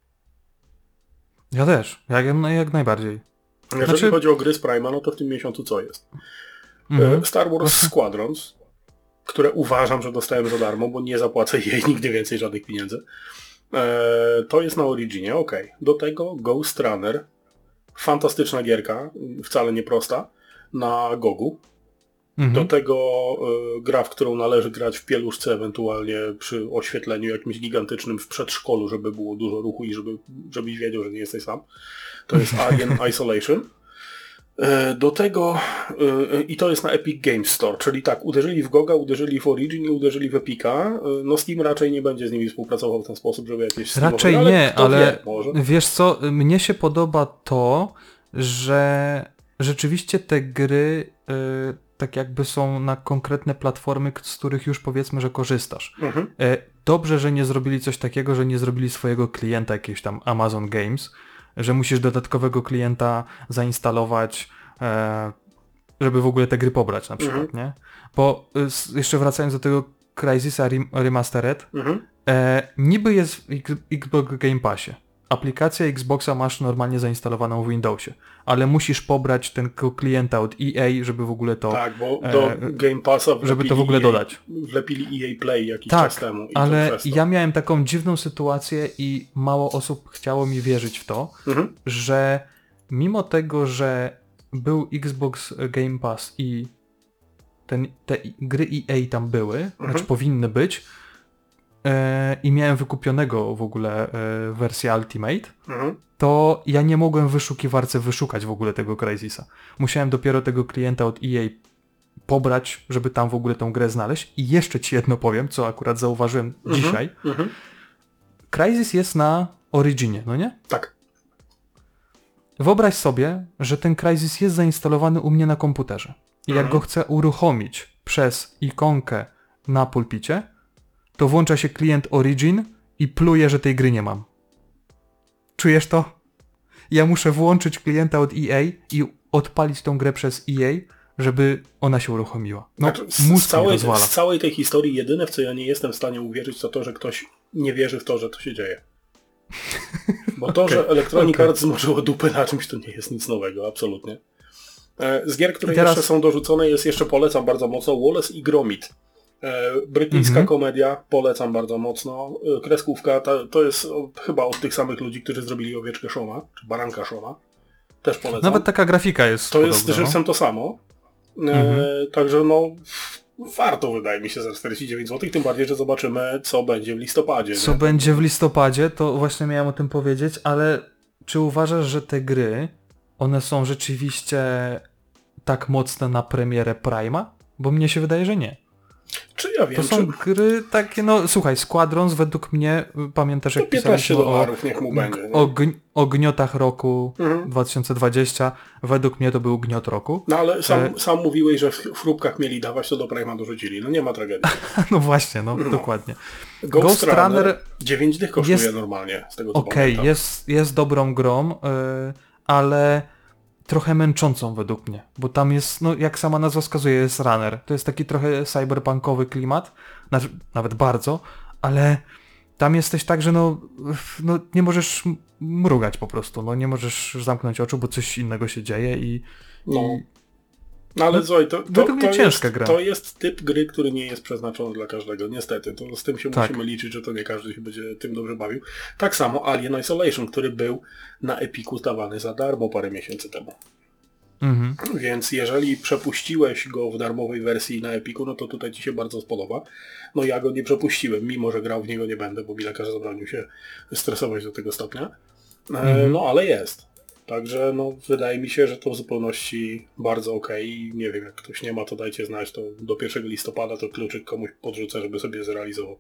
Ja też, jak, jak najbardziej. Jeżeli Znaczy- chodzi o gry z Prime'a, no to w tym miesiącu co jest? Mhm. E, Star Wars Squadrons, które uważam, że dostałem za darmo, bo nie zapłacę jej nigdy więcej żadnych pieniędzy. E, to jest na Originie, ok. Do tego Ghost Runner, fantastyczna gierka, wcale nie prosta, na Gogu. Do Mhm. tego y, gra, w którą należy grać w pieluszce, ewentualnie przy oświetleniu jakimś gigantycznym w przedszkolu, żeby było dużo ruchu i żeby, żebyś wiedział, że nie jesteś sam. To jest Alien Isolation. Do tego, i to jest na Epic Games Store, czyli tak, uderzyli w Goga, uderzyli w Origin i uderzyli w Epica. No Steam raczej nie będzie z nimi współpracował w ten sposób, żeby jakieś... Raczej ale nie, kto ale wie, może. wiesz co, mnie się podoba to, że rzeczywiście te gry y, tak jakby są na konkretne platformy, z których już powiedzmy, że korzystasz. Mhm. Y, dobrze, że nie zrobili coś takiego, że nie zrobili swojego klienta jakiegoś tam Amazon Games, że musisz dodatkowego klienta zainstalować, e, żeby w ogóle te gry pobrać na przykład, Mhm. nie? Bo y, jeszcze wracając do tego Crysisa Rem- Remastered, Mhm. e, niby jest w X- Xbox Game Passie. Aplikację Xboxa masz normalnie zainstalowaną w Windowsie, ale musisz pobrać ten k- klienta od E A, żeby w ogóle to... Tak, bo e, do Game Passa żeby to w ogóle wlepili E A, dodać. Wlepili E A Play jakiś Tak, czas temu. I ale to przez to. ja miałem taką dziwną sytuację i mało osób chciało mi wierzyć w to, Mhm. że mimo tego, że był Xbox Game Pass i ten, te gry E A tam były, znaczy powinny być, e, i miałem wykupionego w ogóle e, wersję Ultimate, Mhm. to ja nie mogłem w wyszukiwarce wyszukać w ogóle tego Crysisa. Musiałem dopiero tego klienta od E A pobrać, żeby tam w ogóle tą grę znaleźć. I jeszcze ci jedno powiem, co akurat zauważyłem Mhm. dzisiaj. Mhm. Crysis jest na Originie, no nie? Tak. Wyobraź sobie, że ten Crysis jest zainstalowany u mnie na komputerze. I jak Mhm. go chcę uruchomić przez ikonkę na pulpicie, to włącza się klient Origin i pluje, że tej gry nie mam. Czujesz to? Ja muszę włączyć klienta od E A i odpalić tą grę przez E A, żeby ona się uruchomiła. No, Znaczy, z, z, mózg mi całej, rozwala. z całej tej historii jedyne, w co ja nie jestem w stanie uwierzyć, to to, że ktoś nie wierzy w to, że to się dzieje. Bo to, Okay. że Electronic Okay. Arts zmoczyło dupy na czymś, to nie jest nic nowego, absolutnie. E, Z gier, które I teraz- jeszcze są dorzucone, jest jeszcze, polecam bardzo mocno, Wallace i Gromit. E, Brytyjska Mhm. komedia, polecam bardzo mocno. E, Kreskówka, ta, to jest o, chyba od tych samych ludzi, którzy zrobili Owieczkę Szona, czy Baranka Szona. Też polecam. Nawet taka grafika jest To jest podobna, no. żywcem to samo. E, Mhm. Także no warto, wydaje mi się, za czterdzieści dziewięć złotych, tym bardziej, że zobaczymy, co będzie w listopadzie. Co nie? będzie w listopadzie, to właśnie miałem o tym powiedzieć, ale czy uważasz, że te gry, one są rzeczywiście tak mocne na premierę Prime'a? Bo mnie się wydaje, że nie. Czy ja wiem, To są czy gry takie, no słuchaj, Squadrons według mnie, y, pamiętasz to jak piętnaście pisaliśmy o, dolarów, niech mu będzie. nie? o, gn- o gniotach roku Mhm. dwa tysiące dwudziestym, według mnie to był gniot roku. No ale sam, E- sam mówiłeś, że w w chrupkach mieli dawać, to do Prime'a dorzucili. No nie ma tragedii. No właśnie, no, No. dokładnie. Ghost, Ghost Runner Runner dziewięć dych kosztuje jest- normalnie, z tego co Okej, pamiętam. jest, jest dobrą grą, y, ale trochę męczącą według mnie, bo tam jest, no jak sama nazwa wskazuje, jest runner. To jest taki trochę cyberpunkowy klimat, znaczy, nawet bardzo, ale tam jesteś tak, że no, no nie możesz m- mrugać po prostu, no nie możesz zamknąć oczu, bo coś innego się dzieje i... No. i No ale No, słuchaj, to, to, według mnie to, jest, ciężka gra. to jest typ gry, który nie jest przeznaczony dla każdego, niestety. To z tym się Tak. musimy liczyć, że to nie każdy się będzie tym dobrze bawił. Tak samo Alien Isolation, który był na Epiku zdawany za darmo parę miesięcy temu. mhm. Więc jeżeli przepuściłeś go w darmowej wersji na Epiku, no to tutaj ci się bardzo spodoba. No ja go nie przepuściłem, mimo że grał w niego nie będę, bo mi lekarz zabronił się stresować do tego stopnia. E, Mhm. No ale jest. Także no wydaje mi się, że to w zupełności bardzo okej. Nie wiem, jak ktoś nie ma, to dajcie znać, to do pierwszego listopada to kluczyk komuś podrzucę, żeby sobie zrealizował.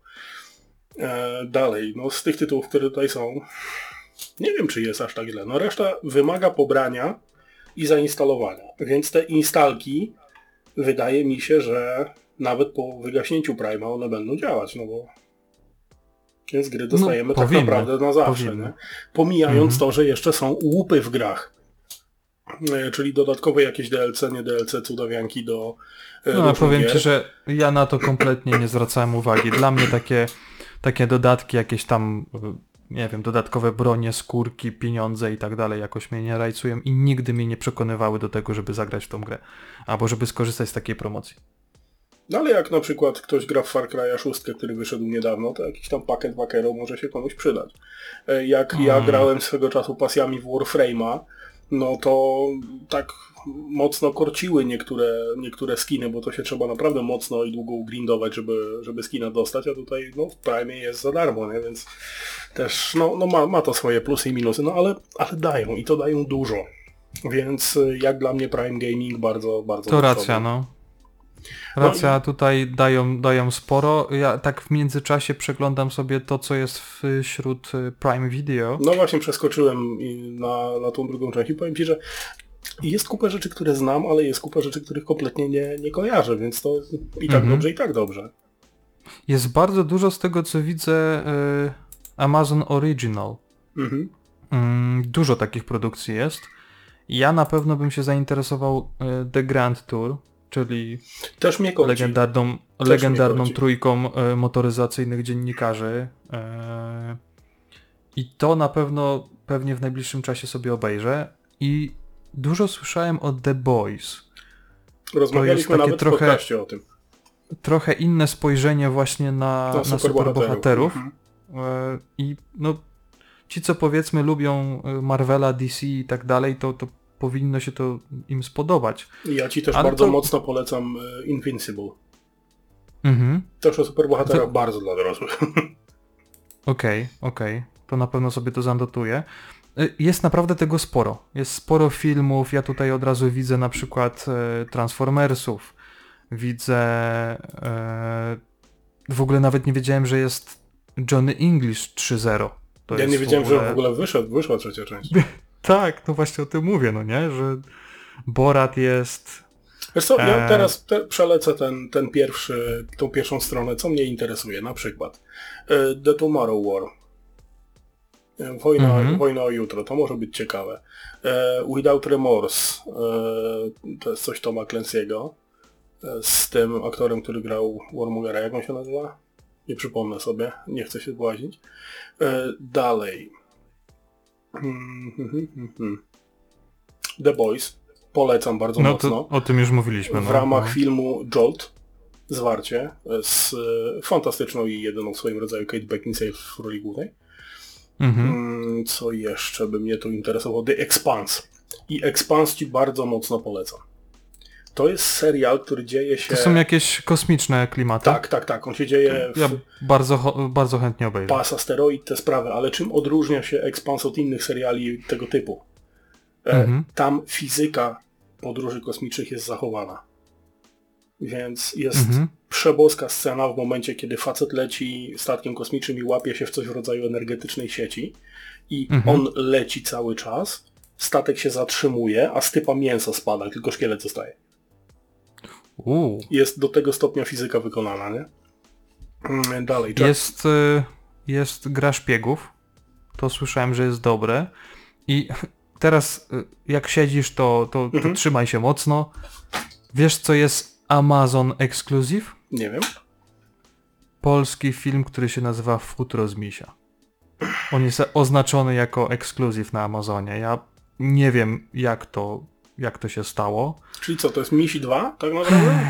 E, dalej, no z tych tytułów, które tutaj są, nie wiem, czy jest aż tak źle. No reszta wymaga pobrania i zainstalowania. Więc te instalki wydaje mi się, że nawet po wygaśnięciu Prime'a one będą działać, no bo więc gry dostajemy No, tak powinny, naprawdę na zawsze. powinny. Nie? Pomijając Mhm. to, że jeszcze są łupy w grach. E, Czyli dodatkowe jakieś D L C, nie D L C, cudawianki do e, No różnych powiem gier. ci, że ja na to kompletnie nie zwracałem uwagi. Dla mnie takie, takie dodatki, jakieś tam, y, nie wiem, dodatkowe bronie, skórki, pieniądze i tak dalej jakoś mnie nie rajcują i nigdy mnie nie przekonywały do tego, żeby zagrać w tą grę. Albo żeby skorzystać z takiej promocji. No ale jak na przykład ktoś gra w Far Cry'a sześć, który wyszedł niedawno, to jakiś tam pakiet Wakero może się komuś przydać. E, Jak ja Mm. grałem swego czasu pasjami w Warframe'a, no to tak mocno korciły niektóre, niektóre skiny, bo to się trzeba naprawdę mocno i długo ugrindować, żeby, żeby skina dostać, a tutaj no, w Prime jest za darmo, nie? Więc też no, no ma, ma to swoje plusy i minusy, no ale, ale dają i to dają dużo. Więc y, jak dla mnie Prime Gaming bardzo, bardzo To do racja, przodu. no. Racja, No i- tutaj dają, dają sporo. Ja tak w międzyczasie przeglądam sobie to, co jest wśród y, Prime Video. No właśnie przeskoczyłem i na, na tą drugą część i powiem Ci, że jest kupa rzeczy, które znam, ale jest kupa rzeczy, których kompletnie nie, nie kojarzę, więc to i tak Mhm. dobrze, i tak dobrze. Jest bardzo dużo z tego, co widzę, y, Amazon Original. Mhm. Mm, dużo takich produkcji jest. Ja na pewno bym się zainteresował y, The Grand Tour, czyli Też mnie korci. legendarną, Też legendarną mnie korci. trójką y, motoryzacyjnych dziennikarzy. Y, I to na pewno pewnie w najbliższym czasie sobie obejrzę. I dużo słyszałem o The Boys. Rozmawialiśmy takie nawet trochę- w podcaście o tym. Trochę inne spojrzenie właśnie na, Na na superbohaterów. superbohaterów. Mhm. E, I no, ci co powiedzmy lubią e, Marvela, D C i tak dalej, to, to powinno się to im spodobać. I ja Ci też Ale bardzo to- mocno polecam e, Invincible. Mhm. Też o superbohaterach To- bardzo dla dorosłych. Okej, okej. To na pewno sobie to zanotuję. E, Jest naprawdę tego sporo. Jest sporo filmów. Ja tutaj od razu widzę na przykład e, Transformersów. Widzę... E, w ogóle nawet nie wiedziałem, że jest Johnny English trzy zero. To Ja jest nie wiedziałem, w ogóle... że w ogóle wyszedł, wyszła trzecia część. Tak, no właśnie o tym mówię, no nie? Że Borat jest... Wiesz co, ja Eee. teraz te, przelecę ten, ten pierwszy, tą pierwszą stronę, co mnie interesuje, na przykład e, The Tomorrow War. E, Wojna, Mhm. wojna o jutro, to może być ciekawe. E, Without Remorse, e, to jest coś Toma Clancy'ego, e, z tym aktorem, który grał Warmongera, jak on się nazywa? Nie przypomnę sobie, nie chcę się błaźnić. E, dalej. Hmm, hmm, hmm, hmm, hmm. The Boys, polecam bardzo No mocno. to o tym już mówiliśmy. W no. ramach no. filmu Jolt, zwarcie, z e, fantastyczną i jedyną w swoim rodzaju Kate Beckinsale w roli głównej. Mhm. Mm, co jeszcze by mnie tu interesowało? The Expanse. I Expanse Ci bardzo mocno polecam. To jest serial, który dzieje się... To są jakieś kosmiczne klimaty? Tak, tak, tak. On się dzieje w Ja bardzo, cho- bardzo chętnie obejrzę. pas, asteroid, te sprawy, ale czym odróżnia się Expanse od innych seriali tego typu? E, Mhm. Tam fizyka podróży kosmicznych jest zachowana. Więc jest Mhm. przeboska scena w momencie, kiedy facet leci statkiem kosmicznym i łapie się w coś w rodzaju energetycznej sieci i Mhm. on leci cały czas, statek się zatrzymuje, a z typa mięsa spada, tylko szkielet zostaje. Uuu. Jest do tego stopnia fizyka wykonana, nie? Mm, Dalej, Jack- Jest, y, jest gra szpiegów. To słyszałem, że jest dobre. I teraz y, jak siedzisz, to, to, to Mhm. trzymaj się mocno. Wiesz, co jest Amazon Exclusive? nie wiem. Polski film, który się nazywa Futro z Misia. On jest oznaczony jako ekskluzyw na Amazonie. Ja nie wiem, jak to, jak to się stało. Czyli co, to jest Misi dwa, tak naprawdę?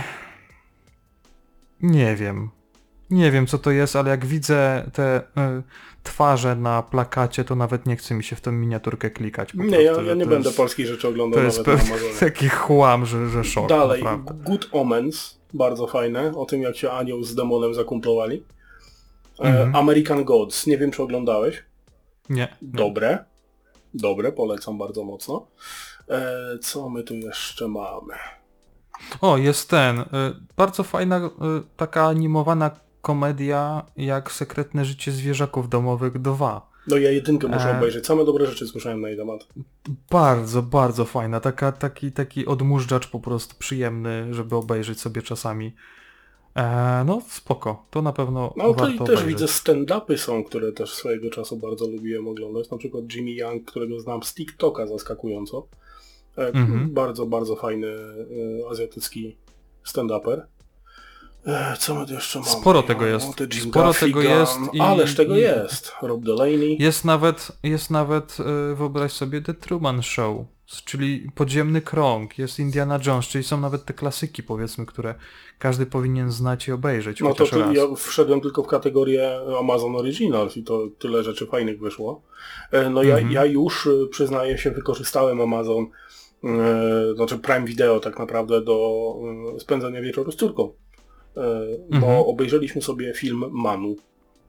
Nie wiem. Nie wiem, co to jest, ale jak widzę te y, twarze na plakacie, to nawet nie chce mi się w tę miniaturkę klikać. Po Nie, prostu, ja, że ja nie to będę jest, polskich rzeczy oglądał To jest nawet na pewnie Amazonie. taki chłam, że, że szok. Dalej, Naprawdę. Good Omens, bardzo fajne, o tym jak się anioł z demonem zakumplowali. E, Mhm. American Gods, nie wiem czy oglądałeś. Nie. nie. Dobre, dobre, polecam bardzo mocno. E, co my tu jeszcze mamy? O, jest ten. Y, bardzo fajna, y, taka animowana komedia jak Sekretne życie zwierzaków domowych dwa. No ja jedynkę muszę E. obejrzeć, same dobre rzeczy słyszałem na jej temat. Bardzo, bardzo fajna. Taka, taki, taki odmóżdżacz po prostu przyjemny, żeby obejrzeć sobie czasami. E, no spoko, to na pewno No to warto i też obejrzeć. widzę stand-upy są, które też swojego czasu bardzo lubiłem oglądać. Na przykład Jimmy Young, którego znam z TikToka zaskakująco. E, Mhm. Bardzo, bardzo fajny e, azjatycki stand-uper. E, co my tu jeszcze mamy? Sporo tego jest. O, te Jim Sporo Gaffigan. tego jest i- Ależ tego i- jest. Rob Delaney. Jest nawet, jest nawet, y, wyobraź sobie, The Truman Show, czyli Podziemny Krąg, jest Indiana Jones, czyli są nawet te klasyki, powiedzmy, które każdy powinien znać i obejrzeć No to chociaż tu, raz. ja wszedłem tylko w kategorię Amazon Originals i to tyle rzeczy fajnych wyszło. E, No ja, Mhm. ja już, e, przyznaję się, wykorzystałem Amazon, e, znaczy Prime Video tak naprawdę do e, spędzania wieczoru z córką. E, Bo Mhm. obejrzeliśmy sobie film Manu,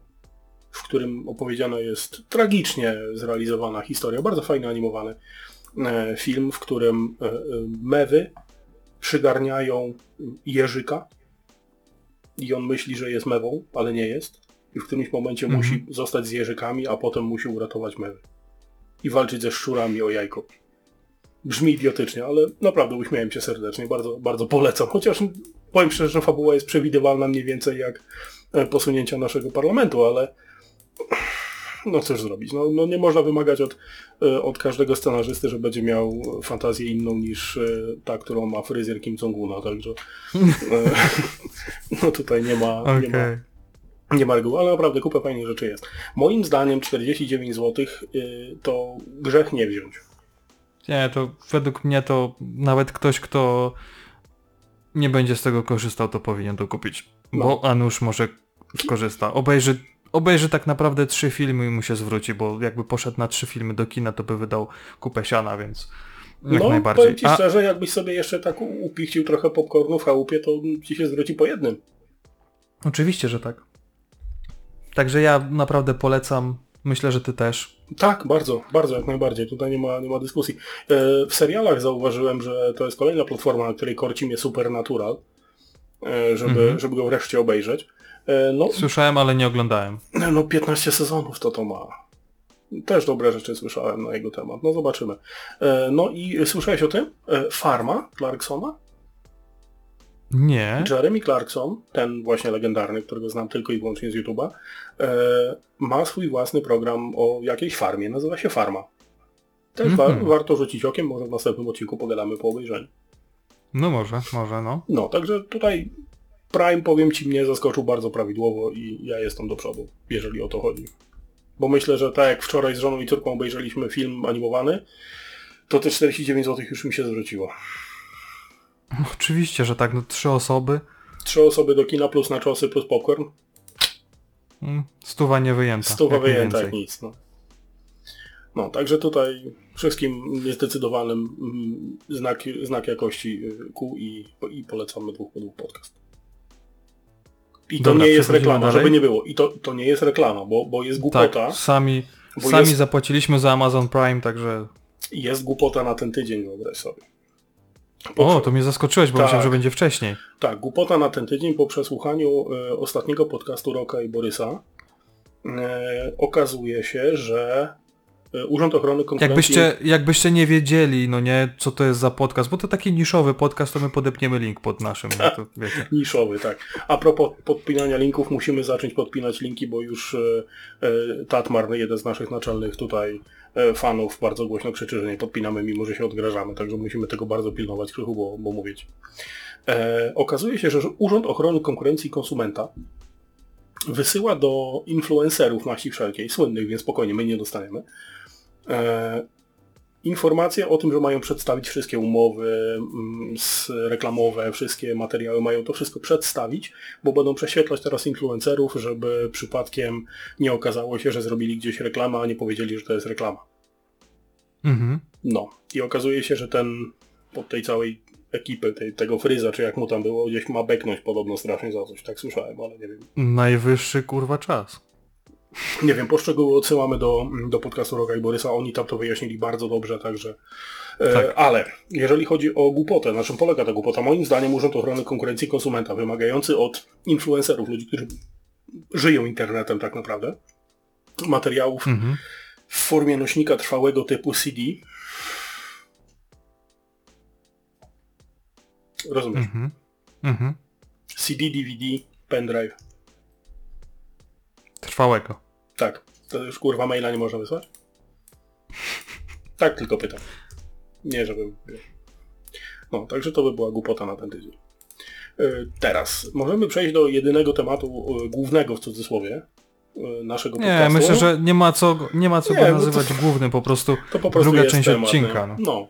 w którym opowiedziana jest tragicznie zrealizowana historia, bardzo fajnie animowany, e, film, w którym e, e, mewy przygarniają jeżyka i on myśli, że jest mewą, ale nie jest. I w którymś momencie Mhm. musi zostać z jeżykami, a potem musi uratować mewy. I walczyć ze szczurami o jajko. Brzmi idiotycznie, ale naprawdę uśmiałem się serdecznie, bardzo, bardzo polecam. Chociaż powiem szczerze, że fabuła jest przewidywalna mniej więcej jak e, posunięcia naszego parlamentu, ale no cóż zrobić. No, no nie można wymagać od, e, od każdego scenarzysty, że będzie miał fantazję inną niż e, ta, którą ma fryzjer Kim Jong-una, także e, no tutaj nie ma, nie ma, Okej. nie ma reguły, ale naprawdę kupę fajnych rzeczy jest. Moim zdaniem czterdzieści dziewięć złotych y, to grzech nie wziąć. Nie, to według mnie to nawet ktoś, kto nie będzie z tego korzystał, to powinien to kupić. No. Bo a nuż może skorzysta. Obejrzy, obejrzy tak naprawdę trzy filmy i mu się zwróci, bo jakby poszedł na trzy filmy do kina, to by wydał kupę siana, więc jak No najbardziej. powiem ci A, szczerze, jakbyś sobie jeszcze tak u- upichcił trochę popcornu w chałupie, to ci się zwróci po jednym. oczywiście, że tak. Także ja naprawdę polecam. Myślę, że ty też. Tak, bardzo, bardzo, jak najbardziej. Tutaj nie ma, nie ma dyskusji. E, w serialach zauważyłem, że to jest kolejna platforma, na której korci mnie Supernatural, e, żeby, Mhm. żeby go wreszcie obejrzeć. E, no, Słyszałem, ale nie oglądałem. no piętnaście sezonów to to ma. Też dobre rzeczy słyszałem na jego temat. No zobaczymy. E, no i słyszałeś o tym? E, Farma Clarksona? Nie. Jeremy Clarkson, ten właśnie legendarny, którego znam tylko i wyłącznie z YouTube'a, e, ma swój własny program o jakiejś farmie. Nazywa się Farma. Też wa- Mhm. warto rzucić okiem, może w następnym odcinku pogadamy po obejrzeniu. No może, może, no. No, także tutaj Prime, powiem ci, mnie zaskoczył bardzo prawidłowo i ja jestem do przodu, jeżeli o to chodzi. Bo myślę, że tak jak wczoraj z żoną i córką obejrzeliśmy film animowany, to te czterdzieści dziewięć złotych już mi się zwróciło. Oczywiście, że tak. No trzy osoby. Trzy osoby do kina plus naczosy plus popcorn. Mm, Stuwa nie wyjęta. Stuwa jak nie wyjęta jak więcej. nic. No. no, także tutaj wszystkim niezdecydowanym mm, znak, znak jakości y, ku i, i polecamy dwóch po dwóch podcast. I to Dobra, nie jest przechodzimy reklama, dalej. żeby nie było. I to, to nie jest reklama, bo, bo jest głupota. Tak, sami, Bo sami jest- zapłaciliśmy za Amazon Prime, także... Jest głupota na ten tydzień, wyobraź sobie. O, Poprze- to mnie zaskoczyłeś, bo Tak. myślałem, że będzie wcześniej. Tak, głupota na ten tydzień po przesłuchaniu e, ostatniego podcastu Roka i Borysa e, okazuje się, że e, Urząd Ochrony Konkurencji... Jakbyście, jakbyście nie wiedzieli, no nie, co to jest za podcast, bo to taki niszowy podcast, to my podepniemy link pod naszym, no to wiecie. Niszowy, tak. A propos podpinania linków, musimy zacząć podpinać linki, bo już e, e, Tatmar, jeden z naszych naczelnych tutaj e, fanów, bardzo głośno krzyczy, że nie podpinamy, mimo że się odgrażamy, także musimy tego bardzo pilnować, Krzychu, bo, bo mówię ci. E, okazuje się, że Urząd Ochrony Konkurencji i Konsumenta wysyła do influencerów maści wszelkiej, słynnych, więc spokojnie, my nie dostaniemy, e, informacje o tym, że mają przedstawić wszystkie umowy mm, z reklamowe, wszystkie materiały, mają to wszystko przedstawić, bo będą prześwietlać teraz influencerów, żeby przypadkiem nie okazało się, że zrobili gdzieś reklamę, a nie powiedzieli, że to jest reklama. Mhm. No. I okazuje się, że ten pod tej całej ekipy, tej, tego fryza, czy jak mu tam było, gdzieś ma beknąć podobno strasznie za coś. Tak słyszałem, ale nie wiem. Najwyższy kurwa czas. Nie wiem, poszczegóły odsyłamy do, do podcastu Roka i Borysa, oni tam to wyjaśnili bardzo dobrze, także... E, Tak. Ale jeżeli chodzi o głupotę, na czym polega ta głupota? Moim zdaniem Urząd Ochrony Konkurencji i Konsumenta, wymagający od influencerów, ludzi, którzy żyją internetem tak naprawdę, materiałów Mhm. w formie nośnika trwałego typu C D. Rozumiesz? Mhm. Mhm. C D, D V D, pendrive. Trwałego. Tak. To już kurwa maila nie można wysłać? Tak, tylko pytam. Nie, żebym... No, także to by była głupota na ten tydzień. Yy, Teraz możemy przejść do jedynego tematu yy, głównego w cudzysłowie yy, naszego Nie, podcastu. myślę, że nie ma co, go- nie ma co Nie, go no nazywać to- głównym, po prostu To po prostu druga jest część temat, odcinka. nie? No. No.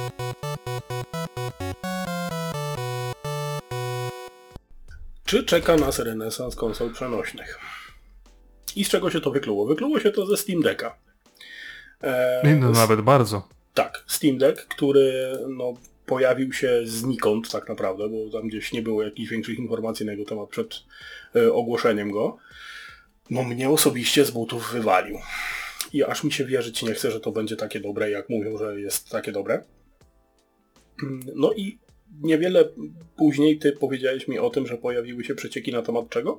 Czy czeka nas renesans konsol przenośnych? I z czego się to wykluło? Wykluło się to ze Steam Decka. E, No, z- nawet bardzo. Tak, Steam Deck, który no, pojawił się znikąd tak naprawdę, bo tam gdzieś nie było jakichś większych informacji na jego temat przed e, ogłoszeniem go. No mnie osobiście z butów wywalił. i aż mi się wierzyć nie chce, że to będzie takie dobre, jak mówią, że jest takie dobre. No i niewiele później ty powiedziałeś mi o tym, że pojawiły się przecieki na temat czego?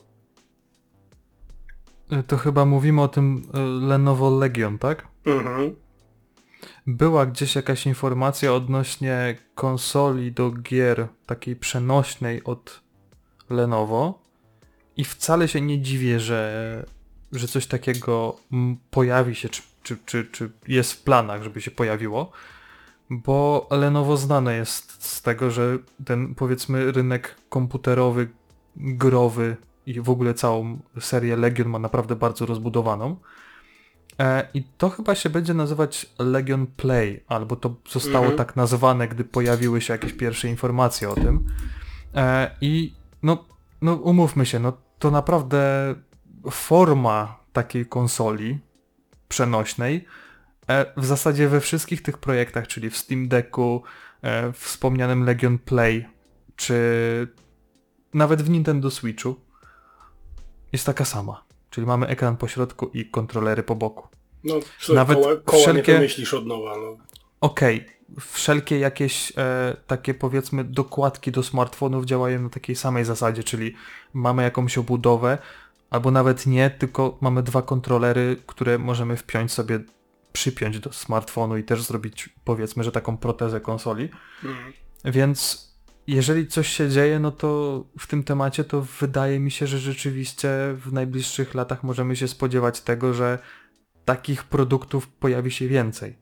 To chyba mówimy o tym Lenovo Legion, tak? Mhm. Była gdzieś jakaś informacja odnośnie konsoli do gier takiej przenośnej od Lenovo i wcale się nie dziwię, że, że coś takiego pojawi się, czy, czy, czy, czy jest w planach, żeby się pojawiło, bo Lenovo znane jest z tego, że ten, powiedzmy, rynek komputerowy, growy i w ogóle całą serię Legion ma naprawdę bardzo rozbudowaną. E, I to chyba się będzie nazywać Legion Play, albo to zostało Mhm. tak nazwane, gdy pojawiły się jakieś pierwsze informacje o tym. E, I no, no umówmy się, no to naprawdę forma takiej konsoli przenośnej e, w zasadzie we wszystkich tych projektach, czyli w Steam Decku, e, w wspomnianym Legion Play, czy nawet w Nintendo Switchu jest taka sama. Czyli mamy ekran po środku i kontrolery po boku. No, słuchaj, Nawet koła, koła wszelkie- nie wymyślisz od nowa. No. Okej, wszelkie jakieś e, takie, powiedzmy, dokładki do smartfonów działają na takiej samej zasadzie, czyli mamy jakąś obudowę, albo nawet nie, tylko mamy dwa kontrolery, które możemy wpiąć sobie, przypiąć do smartfonu i też zrobić, powiedzmy, że taką protezę konsoli. Mhm. Więc jeżeli coś się dzieje, no to w tym temacie to wydaje mi się, że rzeczywiście w najbliższych latach możemy się spodziewać tego, że takich produktów pojawi się więcej.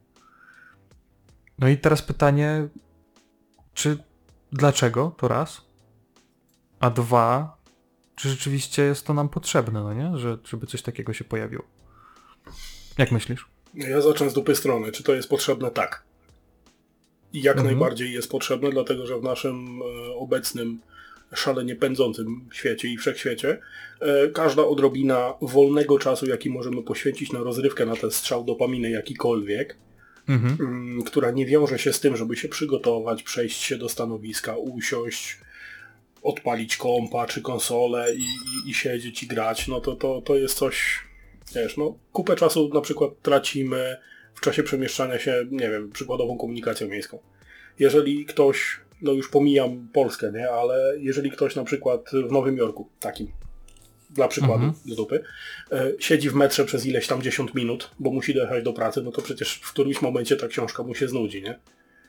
No i teraz pytanie, czy dlaczego, to raz, a dwa, czy rzeczywiście jest to nam potrzebne, no nie, że żeby coś takiego się pojawiło. Jak myślisz? Ja zacznę z dupy strony. Czy to jest potrzebne? Tak. I jak Mhm. najbardziej jest potrzebne, dlatego że w naszym e, obecnym, szalenie pędzącym świecie i wszechświecie e, każda odrobina wolnego czasu, jaki możemy poświęcić na rozrywkę, na ten strzał dopaminy jakikolwiek, Mhm. mm, która nie wiąże się z tym, żeby się przygotować, przejść się do stanowiska, usiąść, odpalić kompa czy konsolę i, i, i siedzieć i grać, no to, to, to jest coś, wiesz, no kupę czasu na przykład tracimy w czasie przemieszczania się, nie wiem, przykładową komunikacją miejską. Jeżeli ktoś, no już pomijam Polskę, nie, ale jeżeli ktoś na przykład w Nowym Jorku, takim, dla przykładu, Mhm. z dupy, e, siedzi w metrze przez ileś tam dziesiąt minut, bo musi dojechać do pracy, no to przecież w którymś momencie ta książka mu się znudzi, nie?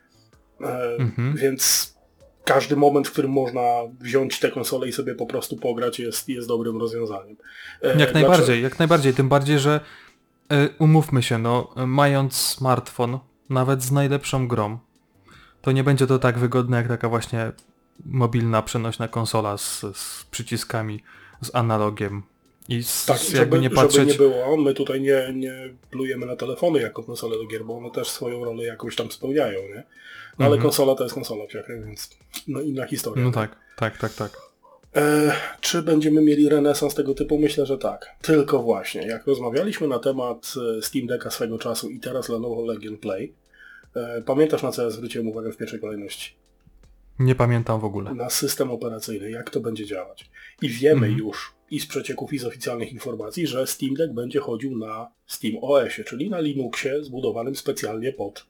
E, Mhm. Więc każdy moment, w którym można wziąć tę konsolę i sobie po prostu pograć jest, jest dobrym rozwiązaniem. E, Jak dlaczego- najbardziej, jak najbardziej, tym bardziej, że y, umówmy się, no, mając smartfon, nawet z najlepszą grą, to nie będzie to tak wygodne jak taka właśnie mobilna, przenośna konsola z, z przyciskami, z analogiem i z, Tak, z żeby, jakby nie żeby patrzeć... nie było, my tutaj nie, nie plujemy na telefony jako konsole do gier, bo one też swoją rolę jakoś tam spełniają, nie? No ale Mhm. konsola to jest konsola, psiachy, więc no inna historia. No nie? tak, tak, tak, tak. E, czy będziemy mieli renesans tego typu? Myślę, że tak. Tylko właśnie, jak rozmawialiśmy na temat e, Steam Decka swego czasu i teraz Lenovo Legion Play, e, pamiętasz, na co ja zwróciłem uwagę w pierwszej kolejności? Nie pamiętam w ogóle. Na system operacyjny, jak to będzie działać. I wiemy Mhm. już i z przecieków i z oficjalnych informacji, że Steam Deck będzie chodził na Steam O S-ie, czyli na Linuxie zbudowanym specjalnie pod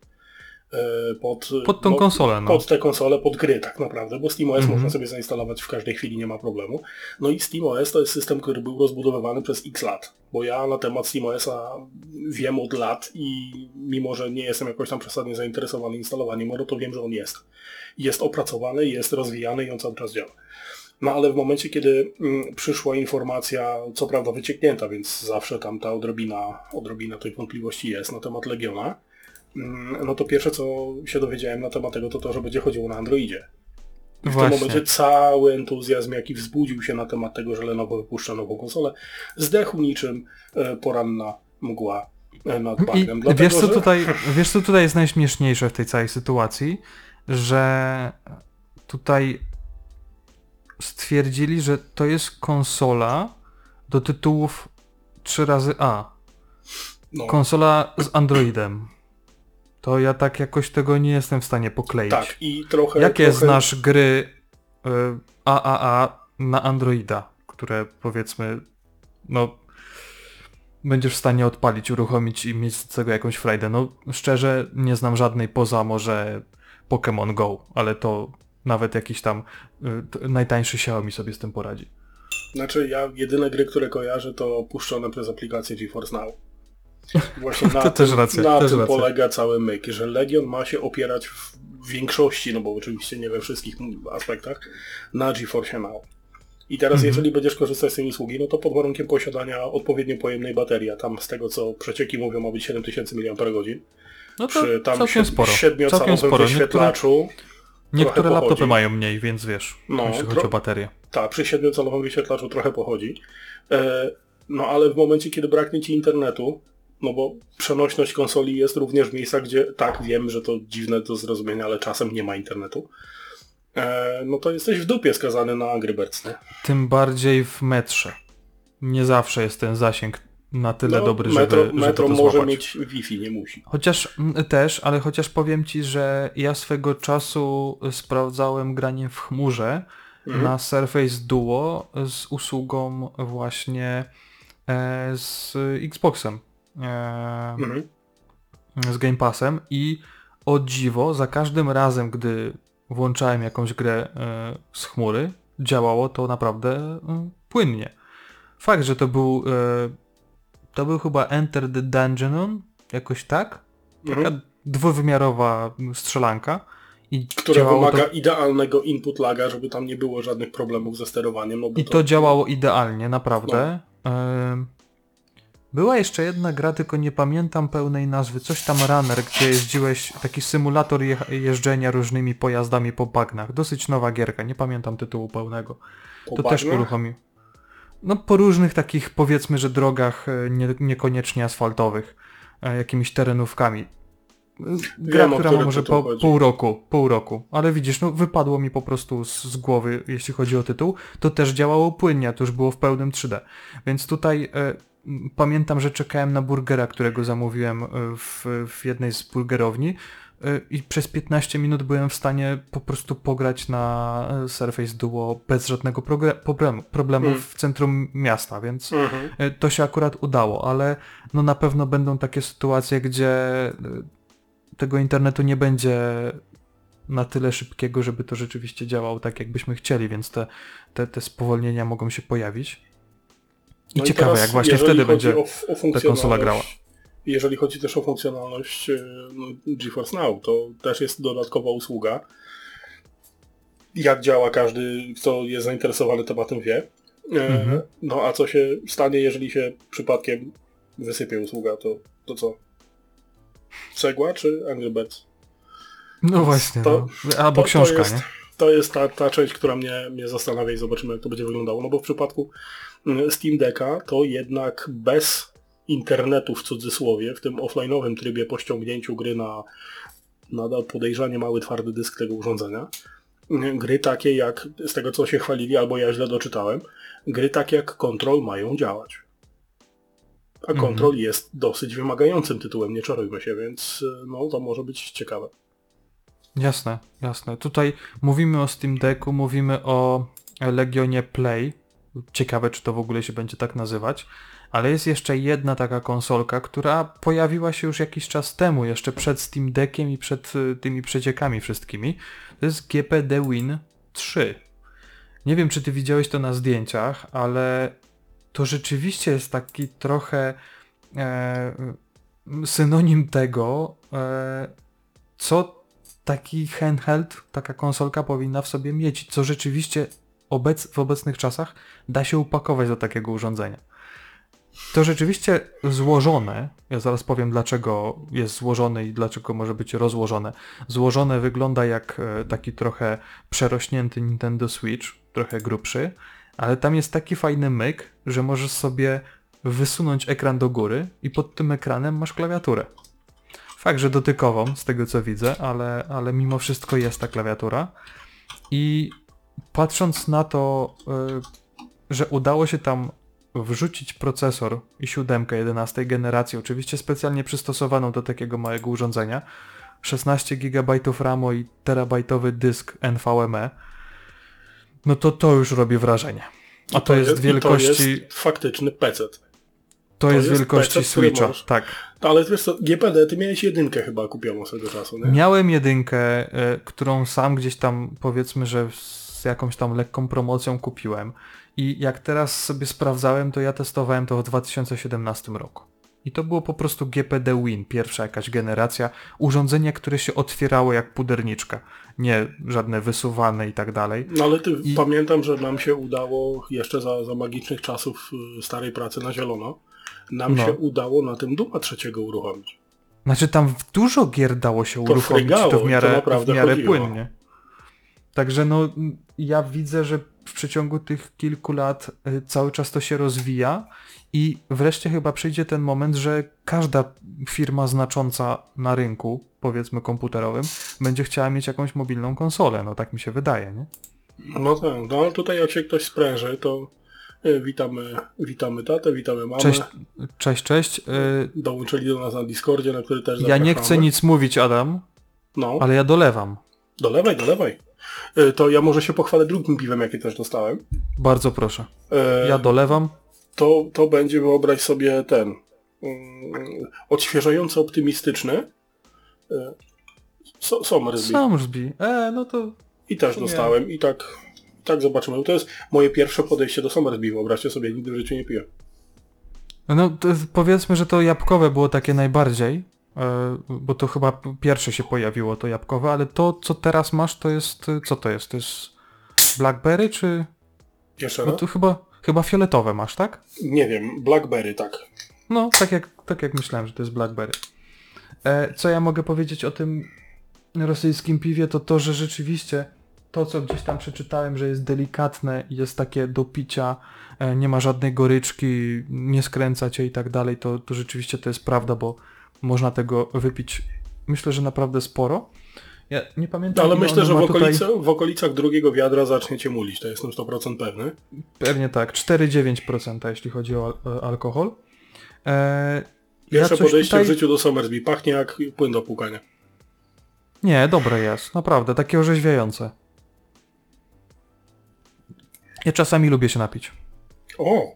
e, pod, Pod tą no, konsolę, no. pod tę konsolę, pod gry tak naprawdę, bo SteamOS Mhm. można sobie zainstalować w każdej chwili, nie ma problemu. No i SteamOS to jest system, który był rozbudowywany przez X lat, bo ja na temat SteamOS-a wiem od lat i mimo, że nie jestem jakoś tam przesadnie zainteresowany instalowaniem, no to wiem, że on jest. Jest opracowany, jest rozwijany i on cały czas działa. No ale w momencie, kiedy mm, przyszła informacja, co prawda wycieknięta, więc zawsze tam ta odrobina, odrobina tej wątpliwości jest na temat Legiona, mm, no to pierwsze, co się dowiedziałem na temat tego, to to, że będzie chodziło na Androidzie. I w Właśnie. tym momencie cały entuzjazm, jaki wzbudził się na temat tego, że Lenovo wypuszcza nową konsolę, zdechł niczym e, poranna mgła e, nad I bagnem. Dlatego, wiesz, co że... tutaj, wiesz co tutaj jest najśmieszniejsze w tej całej sytuacji? Że tutaj stwierdzili, że to jest konsola do tytułów trzy razy A. No, Konsola z Androidem. To ja tak jakoś tego nie jestem w stanie pokleić. tak, i trochę... Jakie trochę... znasz gry y, A A A na Androida, które powiedzmy, no będziesz w stanie odpalić, uruchomić i mieć z tego jakąś frajdę. No szczerze nie znam żadnej poza może Pokémon Go, ale to nawet jakiś tam y, najtańszy Xiaomi sobie z tym poradzi. Znaczy ja jedyne gry, które kojarzę, to puszczone przez aplikację GeForce Now. Właśnie na To tym, też racja, na też tym racja. polega cały myk, że Legion ma się opierać w większości, no bo oczywiście nie we wszystkich aspektach, na GeForce Now. I teraz Mhm. jeżeli będziesz korzystać z tej usługi, no to pod warunkiem posiadania odpowiednio pojemnej baterii, a tam z tego co przecieki mówią ma być siedem tysięcy miliampergodzin, No to przy tam całkiem sied- sporo. Całkiem siedmiocalowym sporo. Niektóre, wyświetlaczu, niektóre trochę laptopy pochodzi. mają mniej, więc wiesz, No, jeśli chodzi tro- o baterię. Tak, przy siedmiocalowym wyświetlaczu trochę pochodzi. E, no ale w momencie, kiedy braknie ci internetu, no bo przenośność konsoli jest również w miejscach, gdzie tak, wiem, że to dziwne do zrozumienia, ale czasem nie ma internetu, e, no to jesteś w dupie skazany na Angry Birds, nie? Tym bardziej w metrze. Nie zawsze jest ten zasięg na tyle No, dobry, metro, żeby, żeby metro to może złapać. mieć Wi-Fi, nie musi. Chociaż mm, też, ale chociaż powiem ci, że ja swego czasu sprawdzałem granie w chmurze Mhm. na Surface Duo z usługą właśnie e, z Xboxem, e, Mhm. z Game Passem i o dziwo, za każdym razem, gdy włączałem jakąś grę e, z chmury, działało to naprawdę e, płynnie. Fakt, że to był e, to był chyba Enter the Dungeon, jakoś tak? Taka Mhm. dwuwymiarowa strzelanka i Które działało wymaga to, idealnego input laga, żeby tam nie było żadnych problemów ze sterowaniem. No bo i to działało idealnie, naprawdę. No. Ym, Była jeszcze jedna gra, tylko nie pamiętam pełnej nazwy, coś tam Runner, gdzie jeździłeś, taki symulator je jeżdżenia różnymi pojazdami po bagnach. Dosyć nowa gierka, nie pamiętam tytułu pełnego. Po To też bagnach? uruchomił. No po różnych takich, powiedzmy, że drogach e, nie, niekoniecznie asfaltowych, e, jakimiś terenówkami. Gra, Wiem, o która ma który może tytuł po chodzi. pół roku, pół roku. Ale widzisz, no wypadło mi po prostu z, z głowy, jeśli chodzi o tytuł. To też działało płynnie, to już było w pełnym trzy D. Więc tutaj e, m, pamiętam, że czekałem na burgera, którego zamówiłem e, w, w jednej z burgerowni e, i przez piętnaście minut byłem w stanie po prostu pograć na e, Surface Duo bez żadnego progre- problemu, problemu Mm. w centrum miasta, więc Mhm. e, to się akurat udało, ale no na pewno będą takie sytuacje, gdzie e, tego internetu nie będzie na tyle szybkiego, żeby to rzeczywiście działało tak, jakbyśmy chcieli, więc te, te, te spowolnienia mogą się pojawić. I No ciekawe, teraz, jak właśnie jeżeli wtedy chodzi będzie o, o ta konsola grała. funkcjonalność- Jeżeli chodzi też o funkcjonalność e, no, GeForce Now, to też jest dodatkowa usługa. Jak działa, każdy, kto jest zainteresowany tematem wie. E, Mhm. No a co się stanie, jeżeli się przypadkiem wysypie usługa, to, to co? Cegła czy Angry Birds? No właśnie, To- no. Albo to- to książka, jest- nie? To jest ta, ta część, która mnie, mnie zastanawia i zobaczymy, jak to będzie wyglądało. No bo w przypadku mm, Steam Decka to jednak bez internetu w cudzysłowie, w tym offline'owym trybie po ściągnięciu gry na nadal podejrzanie mały twardy dysk tego urządzenia, mm, gry takie jak, z tego co się chwalili, albo ja źle doczytałem, gry takie jak Control mają działać. A Mhm. Control jest dosyć wymagającym tytułem, nie czarujmy się, więc y, no to może być ciekawe. Jasne, jasne. Tutaj mówimy o Steam Decku, mówimy o Legionie Play. Ciekawe, czy to w ogóle się będzie tak nazywać. Ale jest jeszcze jedna taka konsolka, która pojawiła się już jakiś czas temu, jeszcze przed Steam Deckiem i przed y, tymi przeciekami wszystkimi. To jest G P D Win trzy. Nie wiem, czy ty widziałeś to na zdjęciach, ale to rzeczywiście jest taki trochę e, synonim tego, e, co taki handheld, taka konsolka powinna w sobie mieć, co rzeczywiście obec, w obecnych czasach da się upakować do takiego urządzenia. To rzeczywiście złożone, ja zaraz powiem dlaczego jest złożone i dlaczego może być rozłożone. Złożone wygląda jak e, taki trochę przerośnięty Nintendo Switch, trochę grubszy, ale tam jest taki fajny myk, że możesz sobie wysunąć ekran do góry i pod tym ekranem masz klawiaturę. Fakt, że dotykową, z tego co widzę, ale, ale mimo wszystko jest ta klawiatura. I patrząc na to, y, że udało się tam wrzucić procesor i siódemkę jedenastej generacji, oczywiście specjalnie przystosowaną do takiego małego urządzenia, szesnaście gigabajtów ramu i terabajtowy dysk N V M e, no to to już robi wrażenie. A I to jest i wielkości... To jest faktyczny P C. To, jest, jest wielkości P C, który Switcha, możesz- tak. Ale wiesz co, G P D, ty miałeś jedynkę chyba kupioną swego czasu, nie? Miałem jedynkę, y, którą sam gdzieś tam, powiedzmy, że z jakąś tam lekką promocją kupiłem. I jak teraz sobie sprawdzałem, to ja testowałem to w dwa tysiące siedemnastym roku. I to było po prostu G P D Win, pierwsza jakaś generacja, urządzenie, które się otwierało jak puderniczka. Nie żadne wysuwane i tak dalej. No ale ty I- pamiętam, że nam się udało jeszcze za, za magicznych czasów y, starej pracy na zielono, nam No. się udało na tym Duma trzeciego uruchomić. Znaczy tam dużo gier dało się uruchomić frygało to w i to miarę, naprawdę w miarę chodziło. płynnie. Także no m, ja widzę, że w przeciągu tych kilku lat y, cały czas to się rozwija i wreszcie chyba przyjdzie ten moment, że każda firma znacząca na rynku, powiedzmy komputerowym, będzie chciała mieć jakąś mobilną konsolę. No tak mi się wydaje, nie? No tak, no ale tutaj jak się ktoś spręży, to y, witamy, witamy tatę, witamy mamę. Cześć, cześć, cześć. Y, Dołączyli do nas na Discordzie, na który też Ja zapraszamy. nie chcę nic mówić, Adam, No, ale ja dolewam. dolewaj, dolewaj. Y, To ja może się pochwalę drugim piwem, jakie też dostałem. Bardzo proszę. Y, Ja dolewam. to, to będzie, wyobraź sobie ten mm, odświeżająco optymistyczny y, so, Somersby. Somersby. E, no to... I też sumie- dostałem i tak, tak zobaczymy. To jest moje pierwsze podejście do Somersby, wyobraźcie sobie, nigdy w życiu nie piłem. No to jest- powiedzmy, że to jabłkowe było takie najbardziej, e, bo to chyba p- pierwsze się pojawiło to jabłkowe, ale to co teraz masz to jest, e, co to jest? To jest Blackberry czy... Jeszcze No raz? to chyba, chyba fioletowe masz, tak? Nie wiem, Blackberry, tak. No, tak jak, tak jak myślałem, że to jest Blackberry. E, co ja mogę powiedzieć o tym rosyjskim piwie, to to, że rzeczywiście to, co gdzieś tam przeczytałem, że jest delikatne i jest takie do picia, e, nie ma żadnej goryczki, nie skręca cię i tak dalej, to, to rzeczywiście to jest prawda, bo można tego wypić, myślę, że naprawdę sporo. Ja nie pamiętam, Ale ile myślę, ono że w, ma tutaj... okolice, w okolicach drugiego wiadra zaczniecie mulić, to jestem sto procent pewny. Pewnie tak, cztery przecinek dziewięć procent jeśli chodzi o al- alkohol. E, Pierwsze ja coś podejście tutaj... w życiu do Somersby pachnie jak płyn do płukania. Nie, dobre jest, naprawdę, takie orzeźwiające. Ja czasami lubię się napić. O,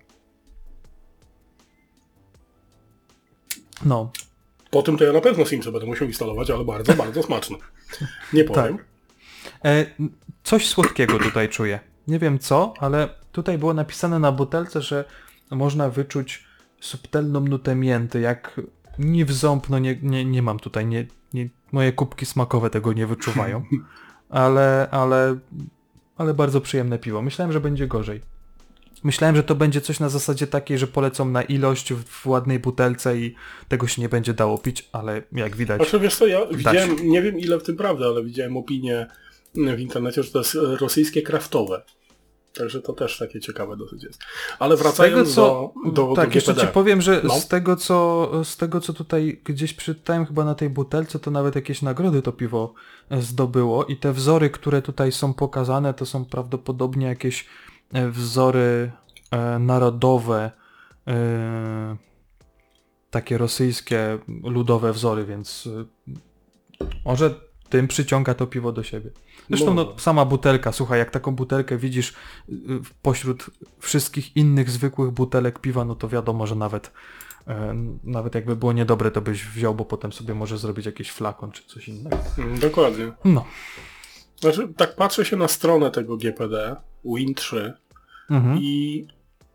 No, po tym to ja na pewno Simsy będę musiał instalować, ale bardzo, bardzo smaczne. Nie powiem. e, coś słodkiego tutaj czuję. Nie wiem co, ale tutaj było napisane na butelce, że można wyczuć subtelną nutę mięty, jak ni w ząb, no nie, nie, nie mam tutaj, nie, nie, moje kubki smakowe tego nie wyczuwają, ale, ale, ale bardzo przyjemne piwo. Myślałem, że będzie gorzej. Myślałem, że to będzie coś na zasadzie takiej, że polecą na ilość w, w ładnej butelce i tego się nie będzie dało pić, ale jak widać... Znaczy wiesz co, ja widziałem, się. nie wiem ile w tym prawdy, ale widziałem opinię w internecie, że to jest rosyjskie kraftowe. Także to też takie ciekawe dosyć jest. Ale Z tego wracając co... do, do, tak, do jeszcze G P D. ci powiem, że No. z tego co z tego co tutaj gdzieś przeczytałem chyba na tej butelce, to nawet jakieś nagrody to piwo e, zdobyło i te wzory, które tutaj są pokazane, to są prawdopodobnie jakieś e, wzory e, narodowe, e, takie rosyjskie ludowe wzory, więc e, może tym przyciąga to piwo do siebie. Zresztą no, Może. sama butelka, słuchaj, jak taką butelkę widzisz y, y, pośród wszystkich innych zwykłych butelek piwa, no to wiadomo, że nawet e, nawet jakby było niedobre, to byś wziął, bo potem sobie może zrobić jakiś flakon czy coś innego. Mm, Dokładnie. No. Znaczy, tak patrzę się na stronę tego G P D, Win trzy Mhm. i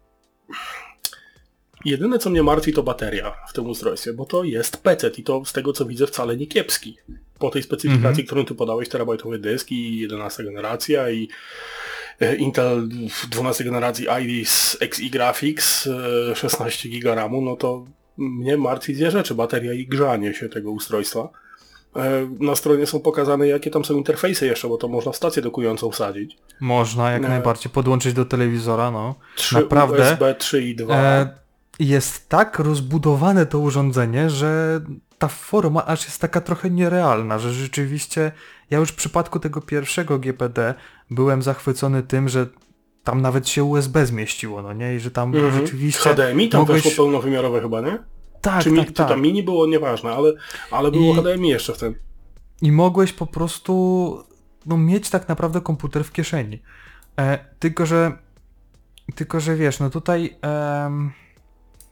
jedyne co mnie martwi to bateria w tym ustrojstwie, bo to jest P C i to z tego co widzę wcale nie kiepski. Po tej specyfikacji, Mhm. którą tu podałeś, terabajtowy dysk i jedenasta generacja i e, Intel dwunastej generacji Iris X E Graphics, e, szesnaście giga ramu, no to mnie martwi dwie rzeczy, bateria i grzanie się tego ustrojstwa. E, Na stronie są pokazane jakie tam są interfejsy jeszcze, bo to można w stację dokującą wsadzić. Można jak Nie. najbardziej podłączyć do telewizora, no. trzy Naprawdę? U S B trzy i dwa. E, jest tak rozbudowane to urządzenie, że ta forma aż jest taka trochę nierealna, że rzeczywiście ja już w przypadku tego pierwszego G P D byłem zachwycony tym, że tam nawet się U S B zmieściło, no nie? I że tam Mhm. rzeczywiście... H D M I tam mogłeś- weszło pełnowymiarowe chyba, nie? Tak, czy, mi, tak, czy tak. tam mini było, nieważne, ale, ale było I- H D M I jeszcze w tym. I mogłeś po prostu no, mieć tak naprawdę komputer w kieszeni. E, tylko, że tylko, że wiesz, no tutaj em,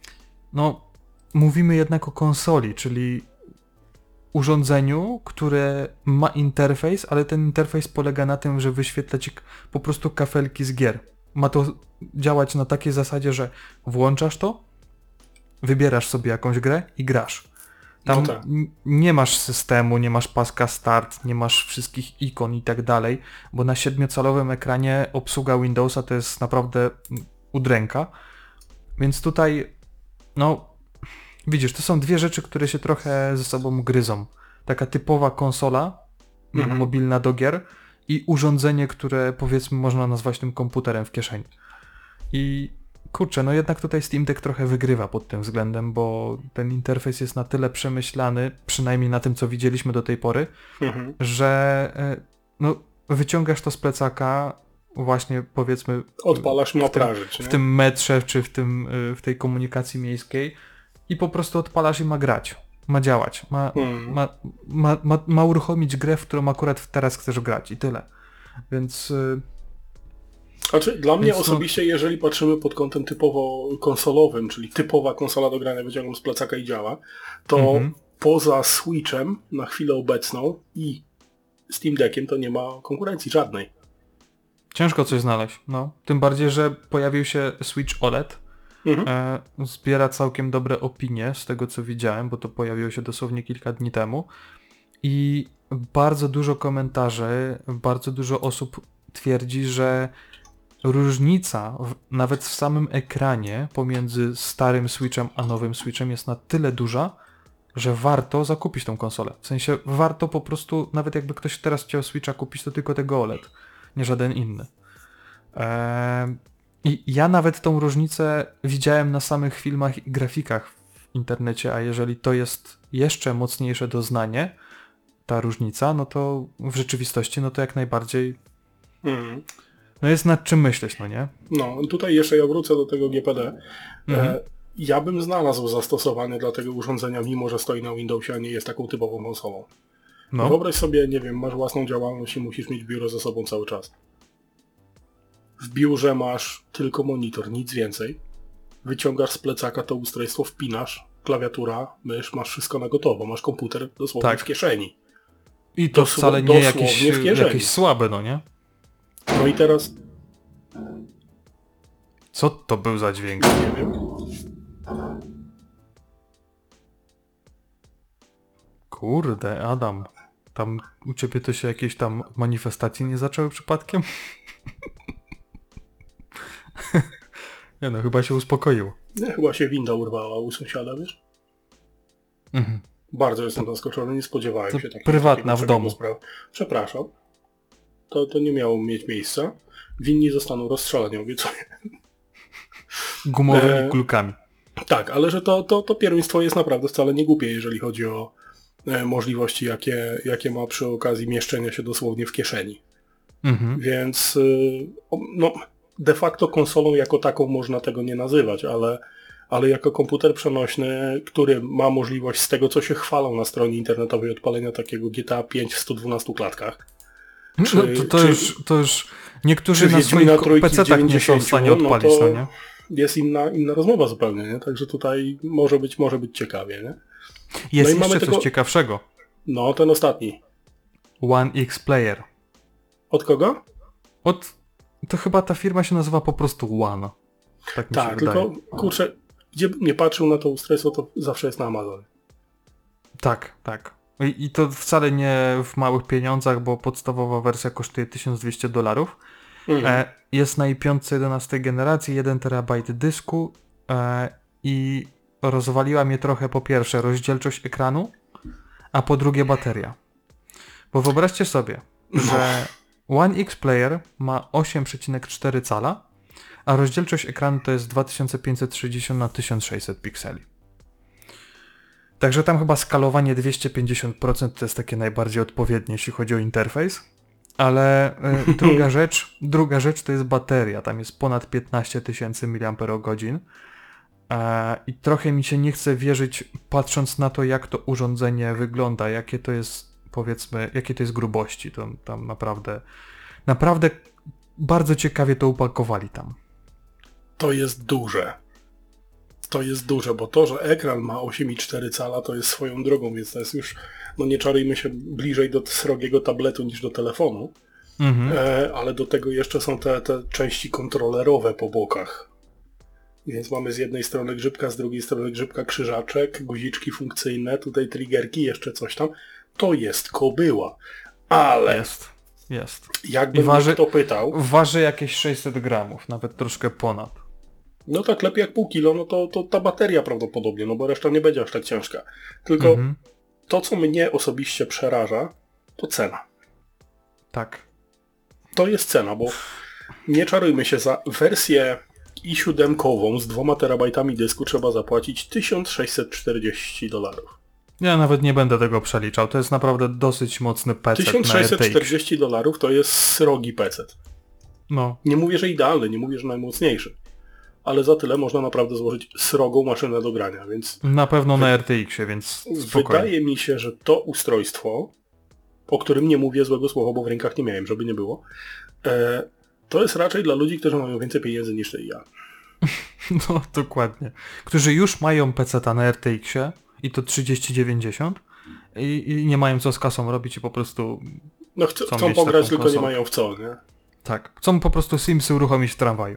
no mówimy jednak o konsoli, czyli urządzeniu, które ma interfejs, ale ten interfejs polega na tym, że wyświetla ci po prostu kafelki z gier. Ma to działać na takiej zasadzie, że włączasz to, wybierasz sobie jakąś grę i grasz. Tam No tak. n- nie masz systemu, nie masz paska start, nie masz wszystkich ikon i tak dalej, bo na siedmiocalowym ekranie obsługa Windowsa to jest naprawdę mm, udręka. Więc tutaj, no, widzisz, to są dwie rzeczy, które się trochę ze sobą gryzą. Taka typowa konsola Mhm. mobilna do gier i urządzenie, które powiedzmy można nazwać tym komputerem w kieszeni. I kurczę, no jednak tutaj Steam Deck trochę wygrywa pod tym względem, bo ten interfejs jest na tyle przemyślany, przynajmniej na tym, co widzieliśmy do tej pory, Mhm. że e, no, wyciągasz to z plecaka właśnie powiedzmy Odpalasz, ma w tym, prażyć, nie? w tym metrze, czy w, tym, y, w tej komunikacji miejskiej i po prostu odpalasz i ma grać, ma działać, ma, Mhm. ma, ma, ma, ma uruchomić grę, w którą akurat teraz chcesz grać i tyle. Więc y, Znaczy, dla mnie Więc no- osobiście, jeżeli patrzymy pod kątem typowo konsolowym, czyli typowa konsola do grania wyciągam z plecaka i działa, to Mhm. poza Switchem na chwilę obecną i Steam Deckiem to nie ma konkurencji żadnej. ciężko coś znaleźć, no. Tym bardziej, że pojawił się Switch O L E D, Mhm. e, zbiera całkiem dobre opinie z tego, co widziałem, bo to pojawiło się dosłownie kilka dni temu i bardzo dużo komentarzy, bardzo dużo osób twierdzi, że różnica w, nawet w samym ekranie pomiędzy starym Switchem a nowym Switchem jest na tyle duża, że warto zakupić tą konsolę. W sensie warto po prostu, nawet jakby ktoś teraz chciał Switcha kupić, to tylko tego O L E D, nie żaden inny. Eee, I ja nawet tą różnicę widziałem na samych filmach i grafikach w internecie, a jeżeli to jest jeszcze mocniejsze doznanie, ta różnica, no to w rzeczywistości, no to jak najbardziej, Mhm. no jest nad czym myśleć, no nie? No, tutaj jeszcze ja wrócę do tego G P D. Mhm. E, ja bym znalazł zastosowanie dla tego urządzenia, mimo że stoi na Windowsie, a nie jest taką typową konsolą. No, Wyobraź sobie, nie wiem, masz własną działalność i musisz mieć biuro ze sobą cały czas. W biurze masz tylko monitor, nic więcej. Wyciągasz z plecaka to ustrojstwo, wpinasz, klawiatura, mysz, masz wszystko na gotowo, masz komputer dosłownie Tak. w kieszeni. i to dosło- wcale nie dosłownie jakieś, w kieszeni. jakieś słabe, no nie? No i teraz, Co to był za dźwięk? nie wiem, Kurde, Adam, tam u ciebie to się jakieś tam manifestacje nie zaczęły przypadkiem? Nie no, chyba się uspokoił. nie, chyba się winda urwała u sąsiada, wiesz? Mhm. Bardzo jestem zaskoczony, nie spodziewałem To się takiego prywatna takiego w domu. przebiegu spraw. Przepraszam. To, to nie miało mieć miejsca. Winni zostaną rozstrzelani, obiecuję. Gumowymi E, kulkami. Tak, ale że to, to, to pierwieństwo jest naprawdę wcale nie głupie, jeżeli chodzi o e, możliwości, jakie, jakie ma przy okazji mieszczenia się dosłownie w kieszeni. Mhm. Więc y, o, no, de facto konsolą jako taką można tego nie nazywać, ale, ale jako komputer przenośny, który ma możliwość z tego, co się chwalą na stronie internetowej, odpalenia takiego G T A pięć w stu dwunastu klatkach. Czy- no to, to, czy- już, to już niektórzy czy na Wiedźmina swoich trójki w pecetach nie są w stanie dziewięćdziesięciu, odpalić, no no, to nie? jest inna, inna rozmowa zupełnie, nie? Także tutaj może być, może być ciekawie, nie? Jest no i mamy jeszcze coś tego- ciekawszego. No, ten ostatni. One X Player. Od kogo? Od... To chyba ta firma się nazywa po prostu One. Tak mi się Tak, wydaje. tylko kurczę, gdzie bym nie patrzył na to ustrojstwo, to zawsze jest na Amazonie. Tak, tak. I, I to wcale nie w małych pieniądzach, bo podstawowa wersja kosztuje tysiąc dwieście dolarów. Mhm. E, jest na i pięć jedenastej generacji, jeden terabajt dysku e, i rozwaliła mnie trochę po pierwsze rozdzielczość ekranu, a po drugie bateria. Bo wyobraźcie sobie, że One X Player ma osiem przecinek cztery cala, a rozdzielczość ekranu to jest dwa tysiące pięćset sześćdziesiąt na tysiąc sześćset pikseli. Także tam chyba skalowanie dwieście pięćdziesiąt procent to jest takie najbardziej odpowiednie, jeśli chodzi o interfejs. Ale y, druga rzecz, druga rzecz to jest bateria. Tam jest ponad piętnaście tysięcy miliamperogodzin. E, I trochę mi się nie chce wierzyć, patrząc na to, jak to urządzenie wygląda, jakie to jest, powiedzmy, jakie to jest grubości. To tam naprawdę, naprawdę bardzo ciekawie to upakowali tam. To jest duże. To jest duże, bo to, że ekran ma osiem i cztery cala, to jest swoją drogą, więc to jest już, no nie czarujmy się, bliżej do srogiego tabletu niż do telefonu, Mhm. e, ale do tego jeszcze są te, te części kontrolerowe po bokach. Więc mamy z jednej strony grzybka, z drugiej strony grzybka, krzyżaczek, guziczki funkcyjne, tutaj triggerki, jeszcze coś tam. To jest kobyła. Ale Jest, jest. jakby I waży- mnie kto pytał, Waży jakieś sześćset gramów, nawet troszkę ponad. no tak lepiej jak pół kilo, no to, to ta bateria prawdopodobnie, no bo reszta nie będzie aż tak ciężka. Tylko Mhm. to, co mnie osobiście przeraża, to cena. Tak. To jest cena, bo nie czarujmy się, za wersję i siedem z dwoma terabajtami dysku trzeba zapłacić tysiąc sześćset czterdzieści dolarów. Ja nawet nie będę tego przeliczał, to jest naprawdę dosyć mocny P C tysiąc na sześćset R T X. czterdzieści dolarów to jest srogi P C. No, Nie mówię, że idealny, nie mówię, że najmocniejszy. Ale za tyle można naprawdę złożyć srogą maszynę do grania, więc na pewno na R T X-ie, więc spokojnie. wydaje mi się, że to ustrojstwo, o którym nie mówię złego słowa, bo w rękach nie miałem, żeby nie było, e, to jest raczej dla ludzi, którzy mają więcej pieniędzy niż ty i ja. No, dokładnie. Którzy już mają peceta na R T X-ie i to trzydzieści dziewięćdziesiąt i, i nie mają co z kasą robić i po prostu No chcą, Chcą chcą mieć pograć, taką tylko nie konsolę. mają w co, nie? tak, chcą po prostu Simsy uruchomić w tramwaju.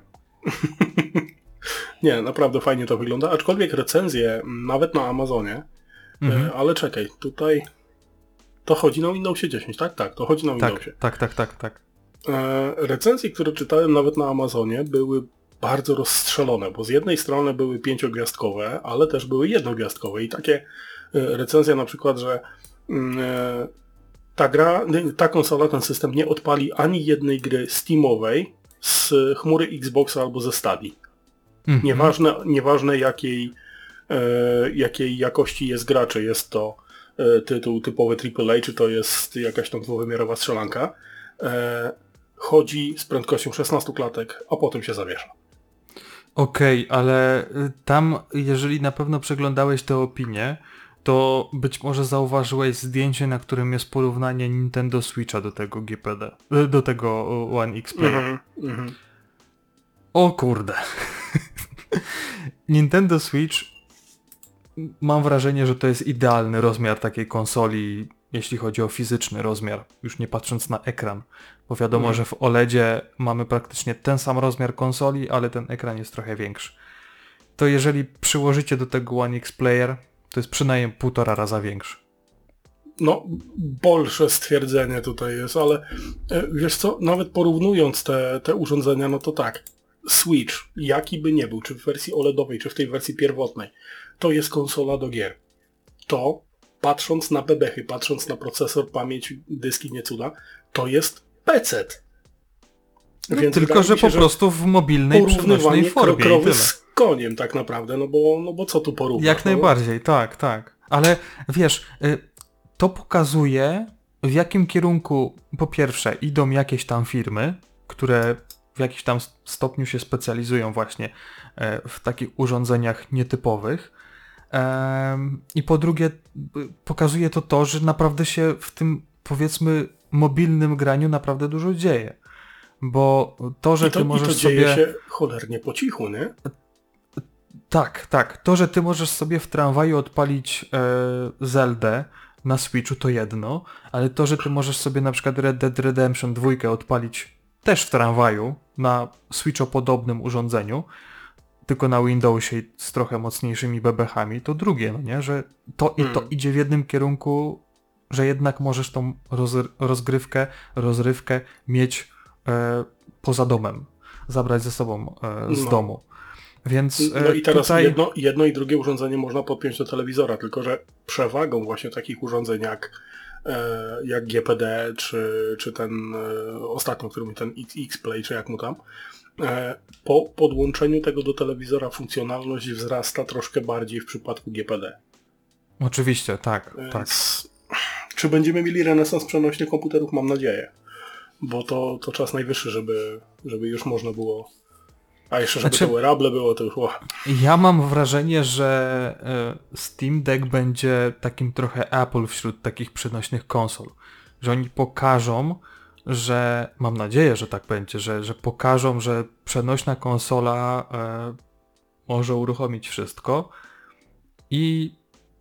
Nie, naprawdę fajnie to wygląda, aczkolwiek recenzje, m, nawet na Amazonie, Mhm. e, ale czekaj, tutaj to chodzi na Windowsie dziesięć, tak? Tak, to chodzi na Windowsie. Tak, tak, tak, tak, tak. E, recenzje, które czytałem nawet na Amazonie, były bardzo rozstrzelone, bo z jednej strony były pięciogwiazdkowe, ale też były jednogwiazdkowe i takie e, recenzje na przykład, że mm, e, ta gra, nie, ta konsola, ten system nie odpali ani jednej gry Steamowej z chmury Xboxa albo ze Stadii. Mhm. Nieważne, nieważne jakiej, e, jakiej jakości jest gra, czy jest to e, tytuł typowy triple A, czy to jest jakaś tam dwuwymiarowa strzelanka, e, chodzi z prędkością szesnaście klatek, a potem się zawiesza. Okej, ale y, tam, jeżeli na pewno przeglądałeś te opinie, to być może zauważyłeś zdjęcie, na którym jest porównanie Nintendo Switcha do tego G P D, y, do tego y, One X Play. Mhm, mhm. O kurde. Nintendo Switch, mam wrażenie, że to jest idealny rozmiar takiej konsoli, jeśli chodzi o fizyczny rozmiar, już nie patrząc na ekran. Bo wiadomo, Mhm. że w OLEDzie mamy praktycznie ten sam rozmiar konsoli, ale ten ekran jest trochę większy. To jeżeli przyłożycie do tego One X Player, to jest przynajmniej półtora raza większy. No, bolsze stwierdzenie tutaj jest, ale e, wiesz co, nawet porównując te, te urządzenia, no to tak, Switch, jaki by nie był, czy w wersji OLEDowej, czy w tej wersji pierwotnej, to jest konsola do gier. To, patrząc na bebechy, patrząc na procesor, pamięć, dyski, nie cuda, to jest P C. No, Więc tylko, wydaje że mi się, po prostu w mobilnej, porównywanie przenośnej formie i krokrowy tyle. z koniem tak naprawdę, no bo, no bo co tu porównać? Jak no, najbardziej, tak, tak. Ale wiesz, y, to pokazuje, w jakim kierunku po pierwsze idą jakieś tam firmy, które w jakimś tam stopniu się specjalizują właśnie e, w takich urządzeniach nietypowych. Em, I po drugie y, pokazuje to to, że naprawdę się w tym, powiedzmy, mobilnym graniu naprawdę dużo dzieje. Bo to, że I to, ty i możesz to dzieje sobie... się cholernie po cichu, nie? Tak, tak. To, że ty możesz sobie w tramwaju odpalić e, Zeldę na Switchu, to jedno, ale to, że ty możesz sobie na przykład Red Dead Redemption dwa odpalić też w tramwaju na Switcho-podobnym urządzeniu, tylko na Windowsie i z trochę mocniejszymi bebechami, to drugie, no nie? Że to i to Hmm. idzie w jednym kierunku, że jednak możesz tą roz, rozgrywkę, rozrywkę mieć e, poza domem, zabrać ze sobą e, z No. domu. Więc e, No i teraz tutaj... jedno, jedno i drugie urządzenie można podpiąć do telewizora, tylko że przewagą właśnie takich urządzeń jak, e, jak G P D, czy, czy ten e, ostatnio, który mi ten X-Play, czy jak mu tam, e, po podłączeniu tego do telewizora funkcjonalność wzrasta troszkę bardziej w przypadku G P D. Oczywiście, tak, Więc tak. czy będziemy mieli renesans przenośnych komputerów? Mam nadzieję. Bo to, to czas najwyższy, żeby, żeby już można było... A jeszcze żeby Znaczy- to wearable było, to już... O. Ja mam wrażenie, że e, Steam Deck będzie takim trochę Apple wśród takich przenośnych konsol. Że oni pokażą, że, mam nadzieję, że tak będzie, że, że pokażą, że przenośna konsola e, może uruchomić wszystko i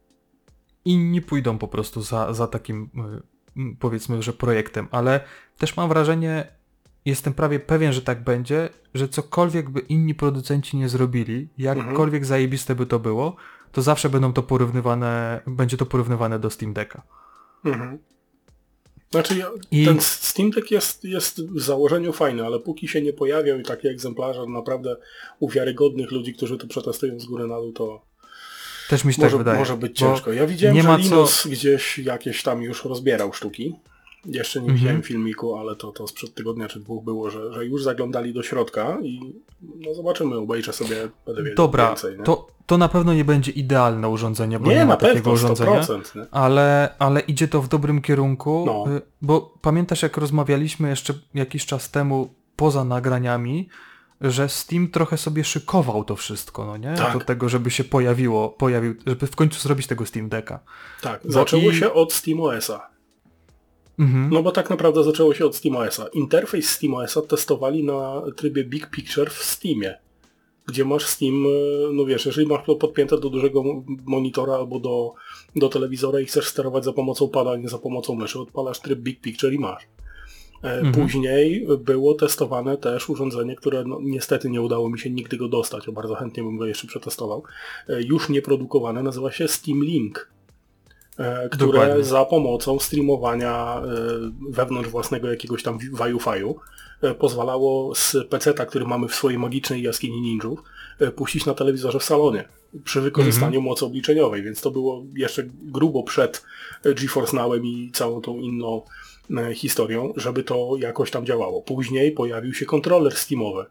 inni pójdą po prostu za, za takim, powiedzmy, że projektem, ale też mam wrażenie, jestem prawie pewien, że tak będzie, że cokolwiek by inni producenci nie zrobili, jakkolwiek mhm. zajebiste by to było, to zawsze będą to porównywane, będzie to porównywane do Steam Decka. Mhm. Znaczy ja, I... ten Steam Deck jest, jest w założeniu fajny, ale póki się nie pojawią i takie egzemplarze naprawdę uwiarygodnych ludzi, którzy to przetestują z góry na dół, to też mi się może, tak wydaje. może być ciężko. Ja widziałem, nie że ma Linus co... gdzieś jakieś tam już rozbierał sztuki. Jeszcze nie mhm. widziałem filmiku, ale to, to sprzed tygodnia czy dwóch było, że, że już zaglądali do środka i no zobaczymy, obejrzę sobie, będę wiedział Dobra, więcej. Nie? To, to na pewno nie będzie idealne urządzenie, bo nie, nie ma na takiego pewno, urządzenia, sto procent, nie? ale, ale idzie to w dobrym kierunku, No. bo pamiętasz, jak rozmawialiśmy jeszcze jakiś czas temu poza nagraniami, że Steam trochę sobie szykował to wszystko, no nie? Tak. Do tego, żeby się pojawiło, pojawił, żeby w końcu zrobić tego Steam Decka. Tak, Bo zaczęło i... się od SteamOS-a. Mhm. No bo tak naprawdę zaczęło się od SteamOS-a. Interfejs SteamOS-a testowali na trybie Big Picture w Steamie, gdzie masz Steam, no wiesz, jeżeli masz to podpięte do dużego monitora albo do, do telewizora i chcesz sterować za pomocą pada, a nie za pomocą myszy, odpalasz tryb Big Picture i masz. Mhm. Później było testowane też urządzenie, które no, niestety nie udało mi się nigdy go dostać, o bardzo chętnie bym go jeszcze przetestował. Już nieprodukowane, nazywa się Steam Link, które Dokładnie. za pomocą streamowania wewnątrz własnego jakiegoś tam Wi-Fi'u pozwalało z peceta, który mamy w swojej magicznej jaskini ninjów, puścić na telewizorze w salonie przy wykorzystaniu mm-hmm. mocy obliczeniowej, więc to było jeszcze grubo przed GeForce Nowem i całą tą inną historią, żeby to jakoś tam działało. Później pojawił się kontroler Steamowy.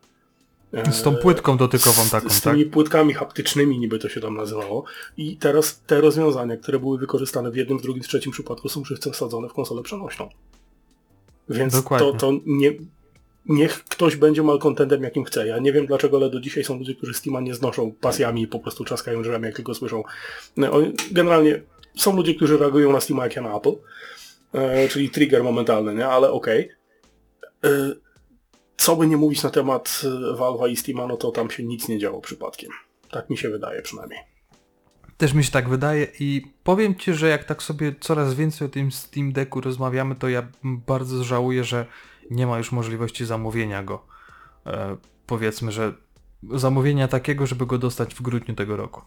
Z tą płytką dotykową taką, z, z tak? tymi płytkami haptycznymi, niby to się tam nazywało. I teraz te rozwiązania, które były wykorzystane w jednym, w drugim, w trzecim przypadku, są żywcem wsadzone w konsolę przenośną. Więc Dokładnie. to, to nie... Niech ktoś będzie malcontentem jakim chce. Ja nie wiem dlaczego, ale do dzisiaj są ludzie, którzy Steama nie znoszą pasjami i po prostu trzaskają drzwiami, jak tylko słyszą. Generalnie są ludzie, którzy reagują na Steama jak ja na Apple, e, czyli trigger momentalny, nie? Ale okej. Okay. E, co by nie mówić na temat Valve'a i Steama, no to tam się nic nie działo przypadkiem. Tak mi się wydaje przynajmniej. Też mi się tak wydaje i powiem Ci, że jak tak sobie coraz więcej o tym Steam Decku rozmawiamy, to ja bardzo żałuję, że nie ma już możliwości zamówienia go. E, powiedzmy, że zamówienia takiego, żeby go dostać w grudniu tego roku.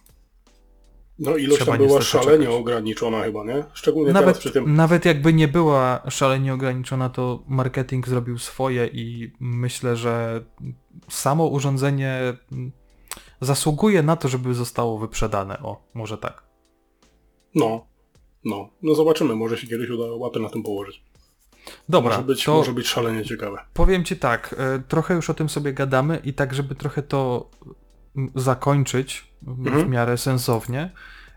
No ilość Trzeba tam była szalenie poczekać. ograniczona chyba, nie? Szczególnie nawet, teraz przy tym... Nawet jakby nie była szalenie ograniczona, to marketing zrobił swoje i myślę, że samo urządzenie zasługuje na to, żeby zostało wyprzedane. O, może tak. No, no. No zobaczymy, może się kiedyś uda łapy na tym położyć. Dobra, może być, to może być szalenie ciekawe. Powiem Ci tak, trochę już o tym sobie gadamy i tak, żeby trochę to zakończyć mhm. w miarę sensownie,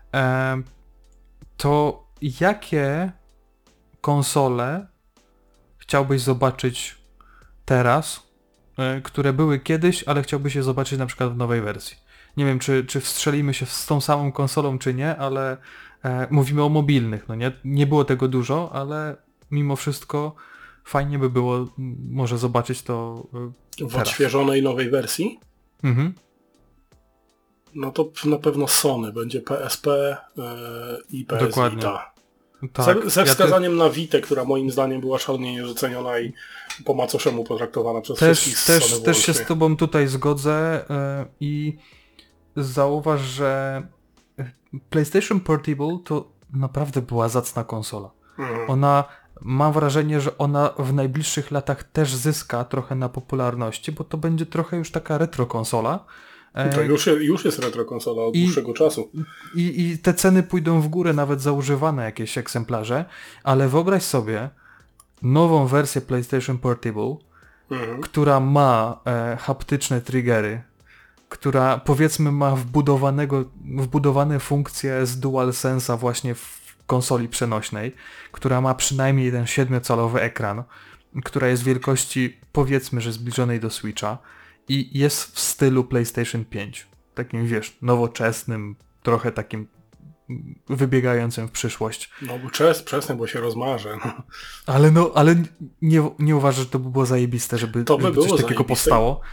to jakie konsole chciałbyś zobaczyć teraz, które były kiedyś, ale chciałbyś je zobaczyć na przykład w nowej wersji? Nie wiem, czy, czy wstrzelimy się z tą samą konsolą, czy nie, ale e, mówimy o mobilnych, no nie? Nie było tego dużo, ale mimo wszystko fajnie by było może zobaczyć to w teraz. odświeżonej nowej wersji? Mhm. No to na pewno Sony będzie P S P yy, i P S Dokładnie. Vita. Tak. Ze, ze wskazaniem ja te... na Vitę, która moim zdaniem była szalenie niedoceniona i po macoszemu potraktowana przez też, wszystkich też, Sony też się z Tobą tutaj zgodzę yy, i zauważ, że PlayStation Portable to naprawdę była zacna konsola. Mhm. Ona, mam wrażenie, że ona w najbliższych latach też zyska trochę na popularności, bo to będzie trochę już taka retro konsola. To już, już jest retro konsola od I, dłuższego czasu. I, I te ceny pójdą w górę nawet za używane jakieś egzemplarze, ale wyobraź sobie nową wersję PlayStation Portable, mhm. która ma e, haptyczne triggery, która powiedzmy ma wbudowanego, wbudowane funkcje z DualSense'a właśnie w konsoli przenośnej, która ma przynajmniej ten siedmiocalowy ekran, która jest wielkości powiedzmy, że zbliżonej do Switcha i jest w stylu PlayStation pięć. Takim, wiesz, nowoczesnym, trochę takim wybiegającym w przyszłość. No bo czas, przesnę, bo się rozmarzę. No. Ale no, ale nie, nie uważasz, że to by było zajebiste, żeby, to by żeby było coś takiego zajebiste. powstało?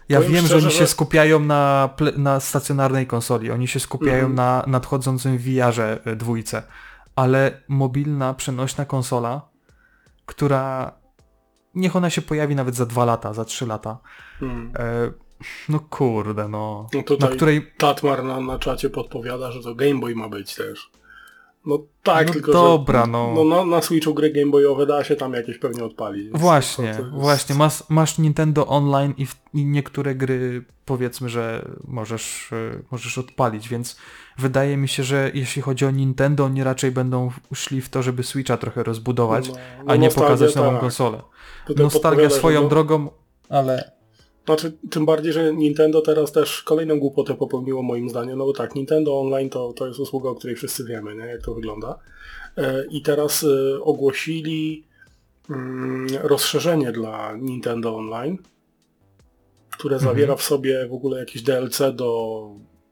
Ja Powiem wiem, że szczerze, oni się że- skupiają na, ple- na stacjonarnej konsoli, oni się skupiają Mhm. na nadchodzącym V R-ze y, dwójce, ale mobilna, przenośna konsola, która niech ona się pojawi nawet za dwa lata, za trzy lata. Hmm. E, no kurde, no. No tutaj na której... Tatmar na, na czacie podpowiada, że to Game Boy ma być też. No tak, No tylko dobra, że no. no na, na Switchu gry Game Boyowe da się tam jakieś pewnie odpalić. więc Właśnie, to- to jest- właśnie. Masz, masz Nintendo Online i, w, i niektóre gry powiedzmy, że możesz, y, możesz odpalić, więc wydaje mi się, że jeśli chodzi o Nintendo, oni raczej będą szli w to, żeby Switcha trochę rozbudować, No, no a nie nostalgia, pokazać nową tak. konsolę. Tutaj Nostalgia podpowiada, swoją że no- drogą, ale... Znaczy, tym bardziej, że Nintendo teraz też kolejną głupotę popełniło moim zdaniem, no bo tak, Nintendo Online to, to jest usługa, o której wszyscy wiemy, nie? Jak to wygląda. E, I teraz e, ogłosili mm, rozszerzenie dla Nintendo Online, które Mhm. zawiera w sobie w ogóle jakieś D L C do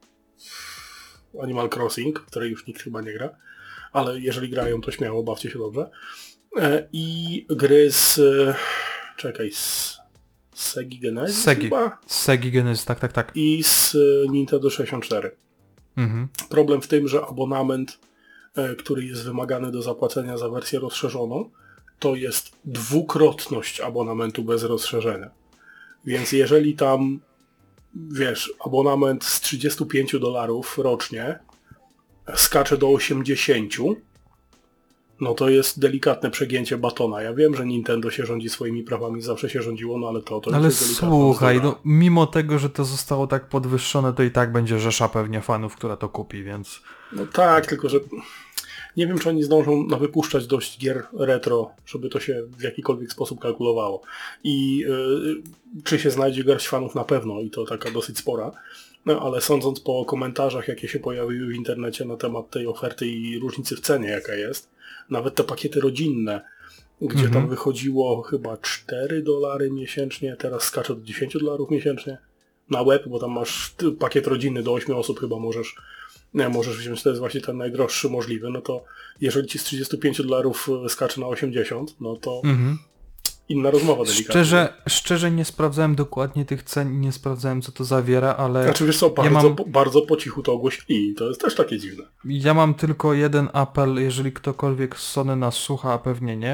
Animal Crossing, w której już nikt chyba nie gra, ale jeżeli grają, to śmiało, bawcie się dobrze. E, I gry z... e, czekaj, z... Segi Genesis Segi. chyba? Z Segi Genesis, tak, tak, tak. I z e, Nintendo sześćdziesiąt cztery. Mhm. Problem w tym, że abonament, e, który jest wymagany do zapłacenia za wersję rozszerzoną, to jest dwukrotność abonamentu bez rozszerzenia. Więc jeżeli tam, wiesz, abonament z trzydzieści pięć dolarów rocznie skacze do osiemdziesiąt, no to jest delikatne przegięcie batona. Ja wiem, że Nintendo się rządzi swoimi prawami, zawsze się rządziło, no ale to, to Ale już jest delikatna słuchaj, bzdura. no, mimo tego, że to zostało tak podwyższone, to i tak będzie rzesza pewnie fanów, która to kupi, więc... No tak, tylko że nie wiem, czy oni zdążą na wypuszczać dość gier retro, żeby to się w jakikolwiek sposób kalkulowało. I yy, czy się znajdzie garść fanów na pewno, i to taka dosyć spora. No ale sądząc po komentarzach, jakie się pojawiły w internecie na temat tej oferty i różnicy w cenie, jaka jest, nawet te pakiety rodzinne, gdzie Mhm. tam wychodziło chyba cztery dolary miesięcznie, teraz skacze do dziesięć dolarów miesięcznie na web, bo tam masz ty- pakiet rodzinny do ośmiu osób chyba możesz nie, możesz wziąć, to jest właśnie ten najdroższy możliwy, no to jeżeli ci z trzydziestu pięciu dolarów skacze na osiemdziesiąt, no to Mhm. inna rozmowa delikatna. Szczerze, szczerze nie sprawdzałem dokładnie tych cen i nie sprawdzałem, co to zawiera, ale Znaczy wiesz co, bardzo, mam- po, bardzo po cichu to ogłosili i to jest też takie dziwne. ja mam tylko jeden apel, jeżeli ktokolwiek z Sony nas słucha, a pewnie nie,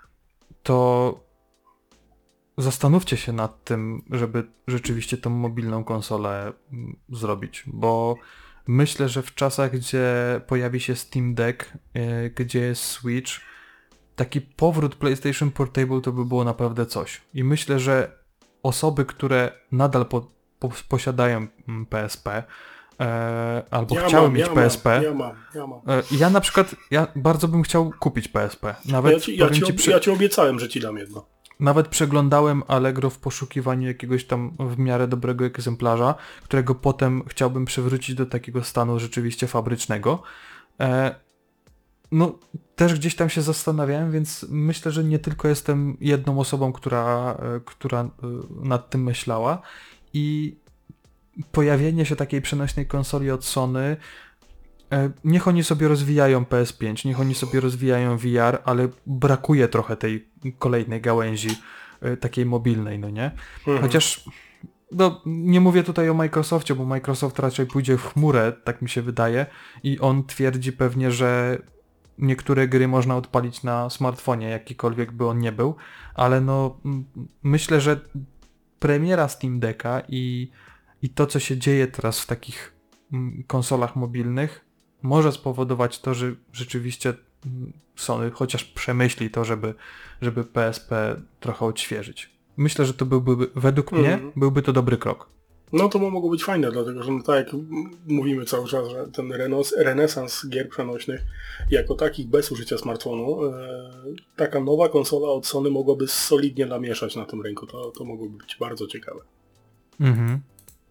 to zastanówcie się nad tym, żeby rzeczywiście tą mobilną konsolę mm, zrobić, bo myślę, że w czasach, gdzie pojawi się Steam Deck, yy, gdzie jest Switch, taki powrót PlayStation Portable to by było naprawdę coś. I myślę, że osoby, które nadal po, po, posiadają mm, P S P e, albo Ja chciały mam, mieć ja P S P, Mam, ja mam, ja mam. e, ja na przykład, ja bardzo bym chciał kupić P S P. Nawet, Ja ci, ja, powiem ci, ci, ob- prze- ja ci obiecałem, że ci dam jedno. nawet przeglądałem Allegro w poszukiwaniu jakiegoś tam w miarę dobrego egzemplarza, którego potem chciałbym przywrócić do takiego stanu rzeczywiście fabrycznego. E, no, też gdzieś tam się zastanawiałem, więc myślę, że nie tylko jestem jedną osobą, która, e, która e, nad tym myślała i pojawienie się takiej przenośnej konsoli od Sony, e, niech oni sobie rozwijają P S pięć, niech oni sobie rozwijają V R, ale brakuje trochę tej kolejnej gałęzi e, takiej mobilnej, no nie? Mhm. Chociaż no, nie mówię tutaj o Microsoftie, bo Microsoft raczej pójdzie w chmurę, tak mi się wydaje, i on twierdzi pewnie, że niektóre gry można odpalić na smartfonie, jakikolwiek by on nie był, ale no m- myślę, że premiera Steam Decka i, i to, co się dzieje teraz w takich mm, konsolach mobilnych, może spowodować to, że rzeczywiście mm, Sony chociaż przemyśli to, żeby, żeby P S P trochę odświeżyć. Myślę, że to byłby, według mnie, Mhm. byłby to dobry krok. No to mogło być fajne, dlatego że no tak jak m- mówimy cały czas, że ten renos- renesans gier przenośnych jako takich bez użycia smartfonu, e, taka nowa konsola od Sony mogłaby solidnie namieszać na tym rynku. To, to mogłoby być bardzo ciekawe. Mhm.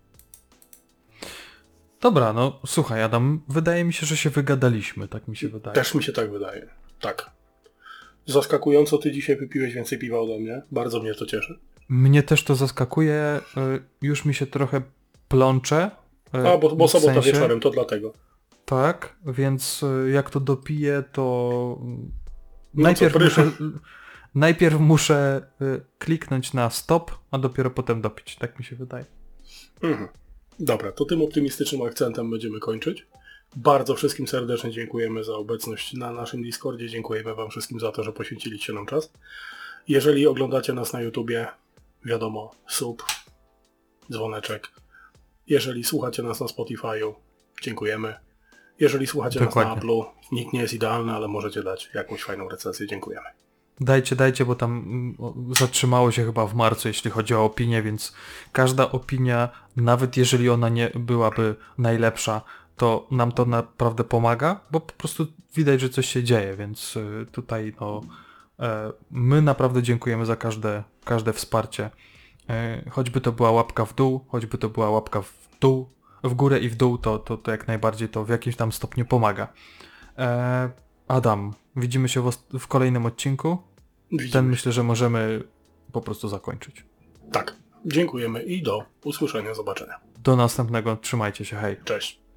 Dobra, no słuchaj Adam, wydaje mi się, że się wygadaliśmy, tak mi się wydaje. Też mi się tak wydaje. Tak. Zaskakująco ty dzisiaj wypiłeś więcej piwa ode mnie. Bardzo mnie to cieszy. Mnie też to zaskakuje, y, już mi się trochę plącze. y, A, bo, bo w sobota sensie, wieczorem, to dlatego. Tak, więc y, jak to dopiję, to mm, No najpierw co, pry- muszę... najpierw muszę y, kliknąć na stop, a dopiero potem dopić. Tak mi się wydaje. Mhm. Dobra, to tym optymistycznym akcentem będziemy kończyć. Bardzo wszystkim serdecznie dziękujemy za obecność na naszym Discordzie. Dziękujemy wam wszystkim za to, że poświęciliście nam czas. Jeżeli oglądacie nas na YouTubie, wiadomo, sub, dzwoneczek. Jeżeli słuchacie nas na Spotify'u, dziękujemy. Jeżeli słuchacie Dokładnie. nas na Apple'u, nikt nie jest idealny, ale możecie dać jakąś fajną recenzję. Dziękujemy. Dajcie, dajcie, bo tam mm, o, zatrzymało się chyba w marcu, jeśli chodzi o opinię, więc każda opinia, nawet jeżeli ona nie byłaby najlepsza, to nam to naprawdę pomaga, bo po prostu widać, że coś się dzieje, więc y, tutaj no, e, my naprawdę dziękujemy za każde, każde wsparcie. E, choćby to była łapka w dół, choćby to była łapka w dół, w górę i w dół, to, to, to jak najbardziej to w jakimś tam stopniu pomaga. E, Adam, widzimy się w, os- w kolejnym odcinku. Widzimy. Ten myślę, że możemy po prostu zakończyć. Tak. Dziękujemy i do usłyszenia, zobaczenia. Do następnego, trzymajcie się, hej. Cześć.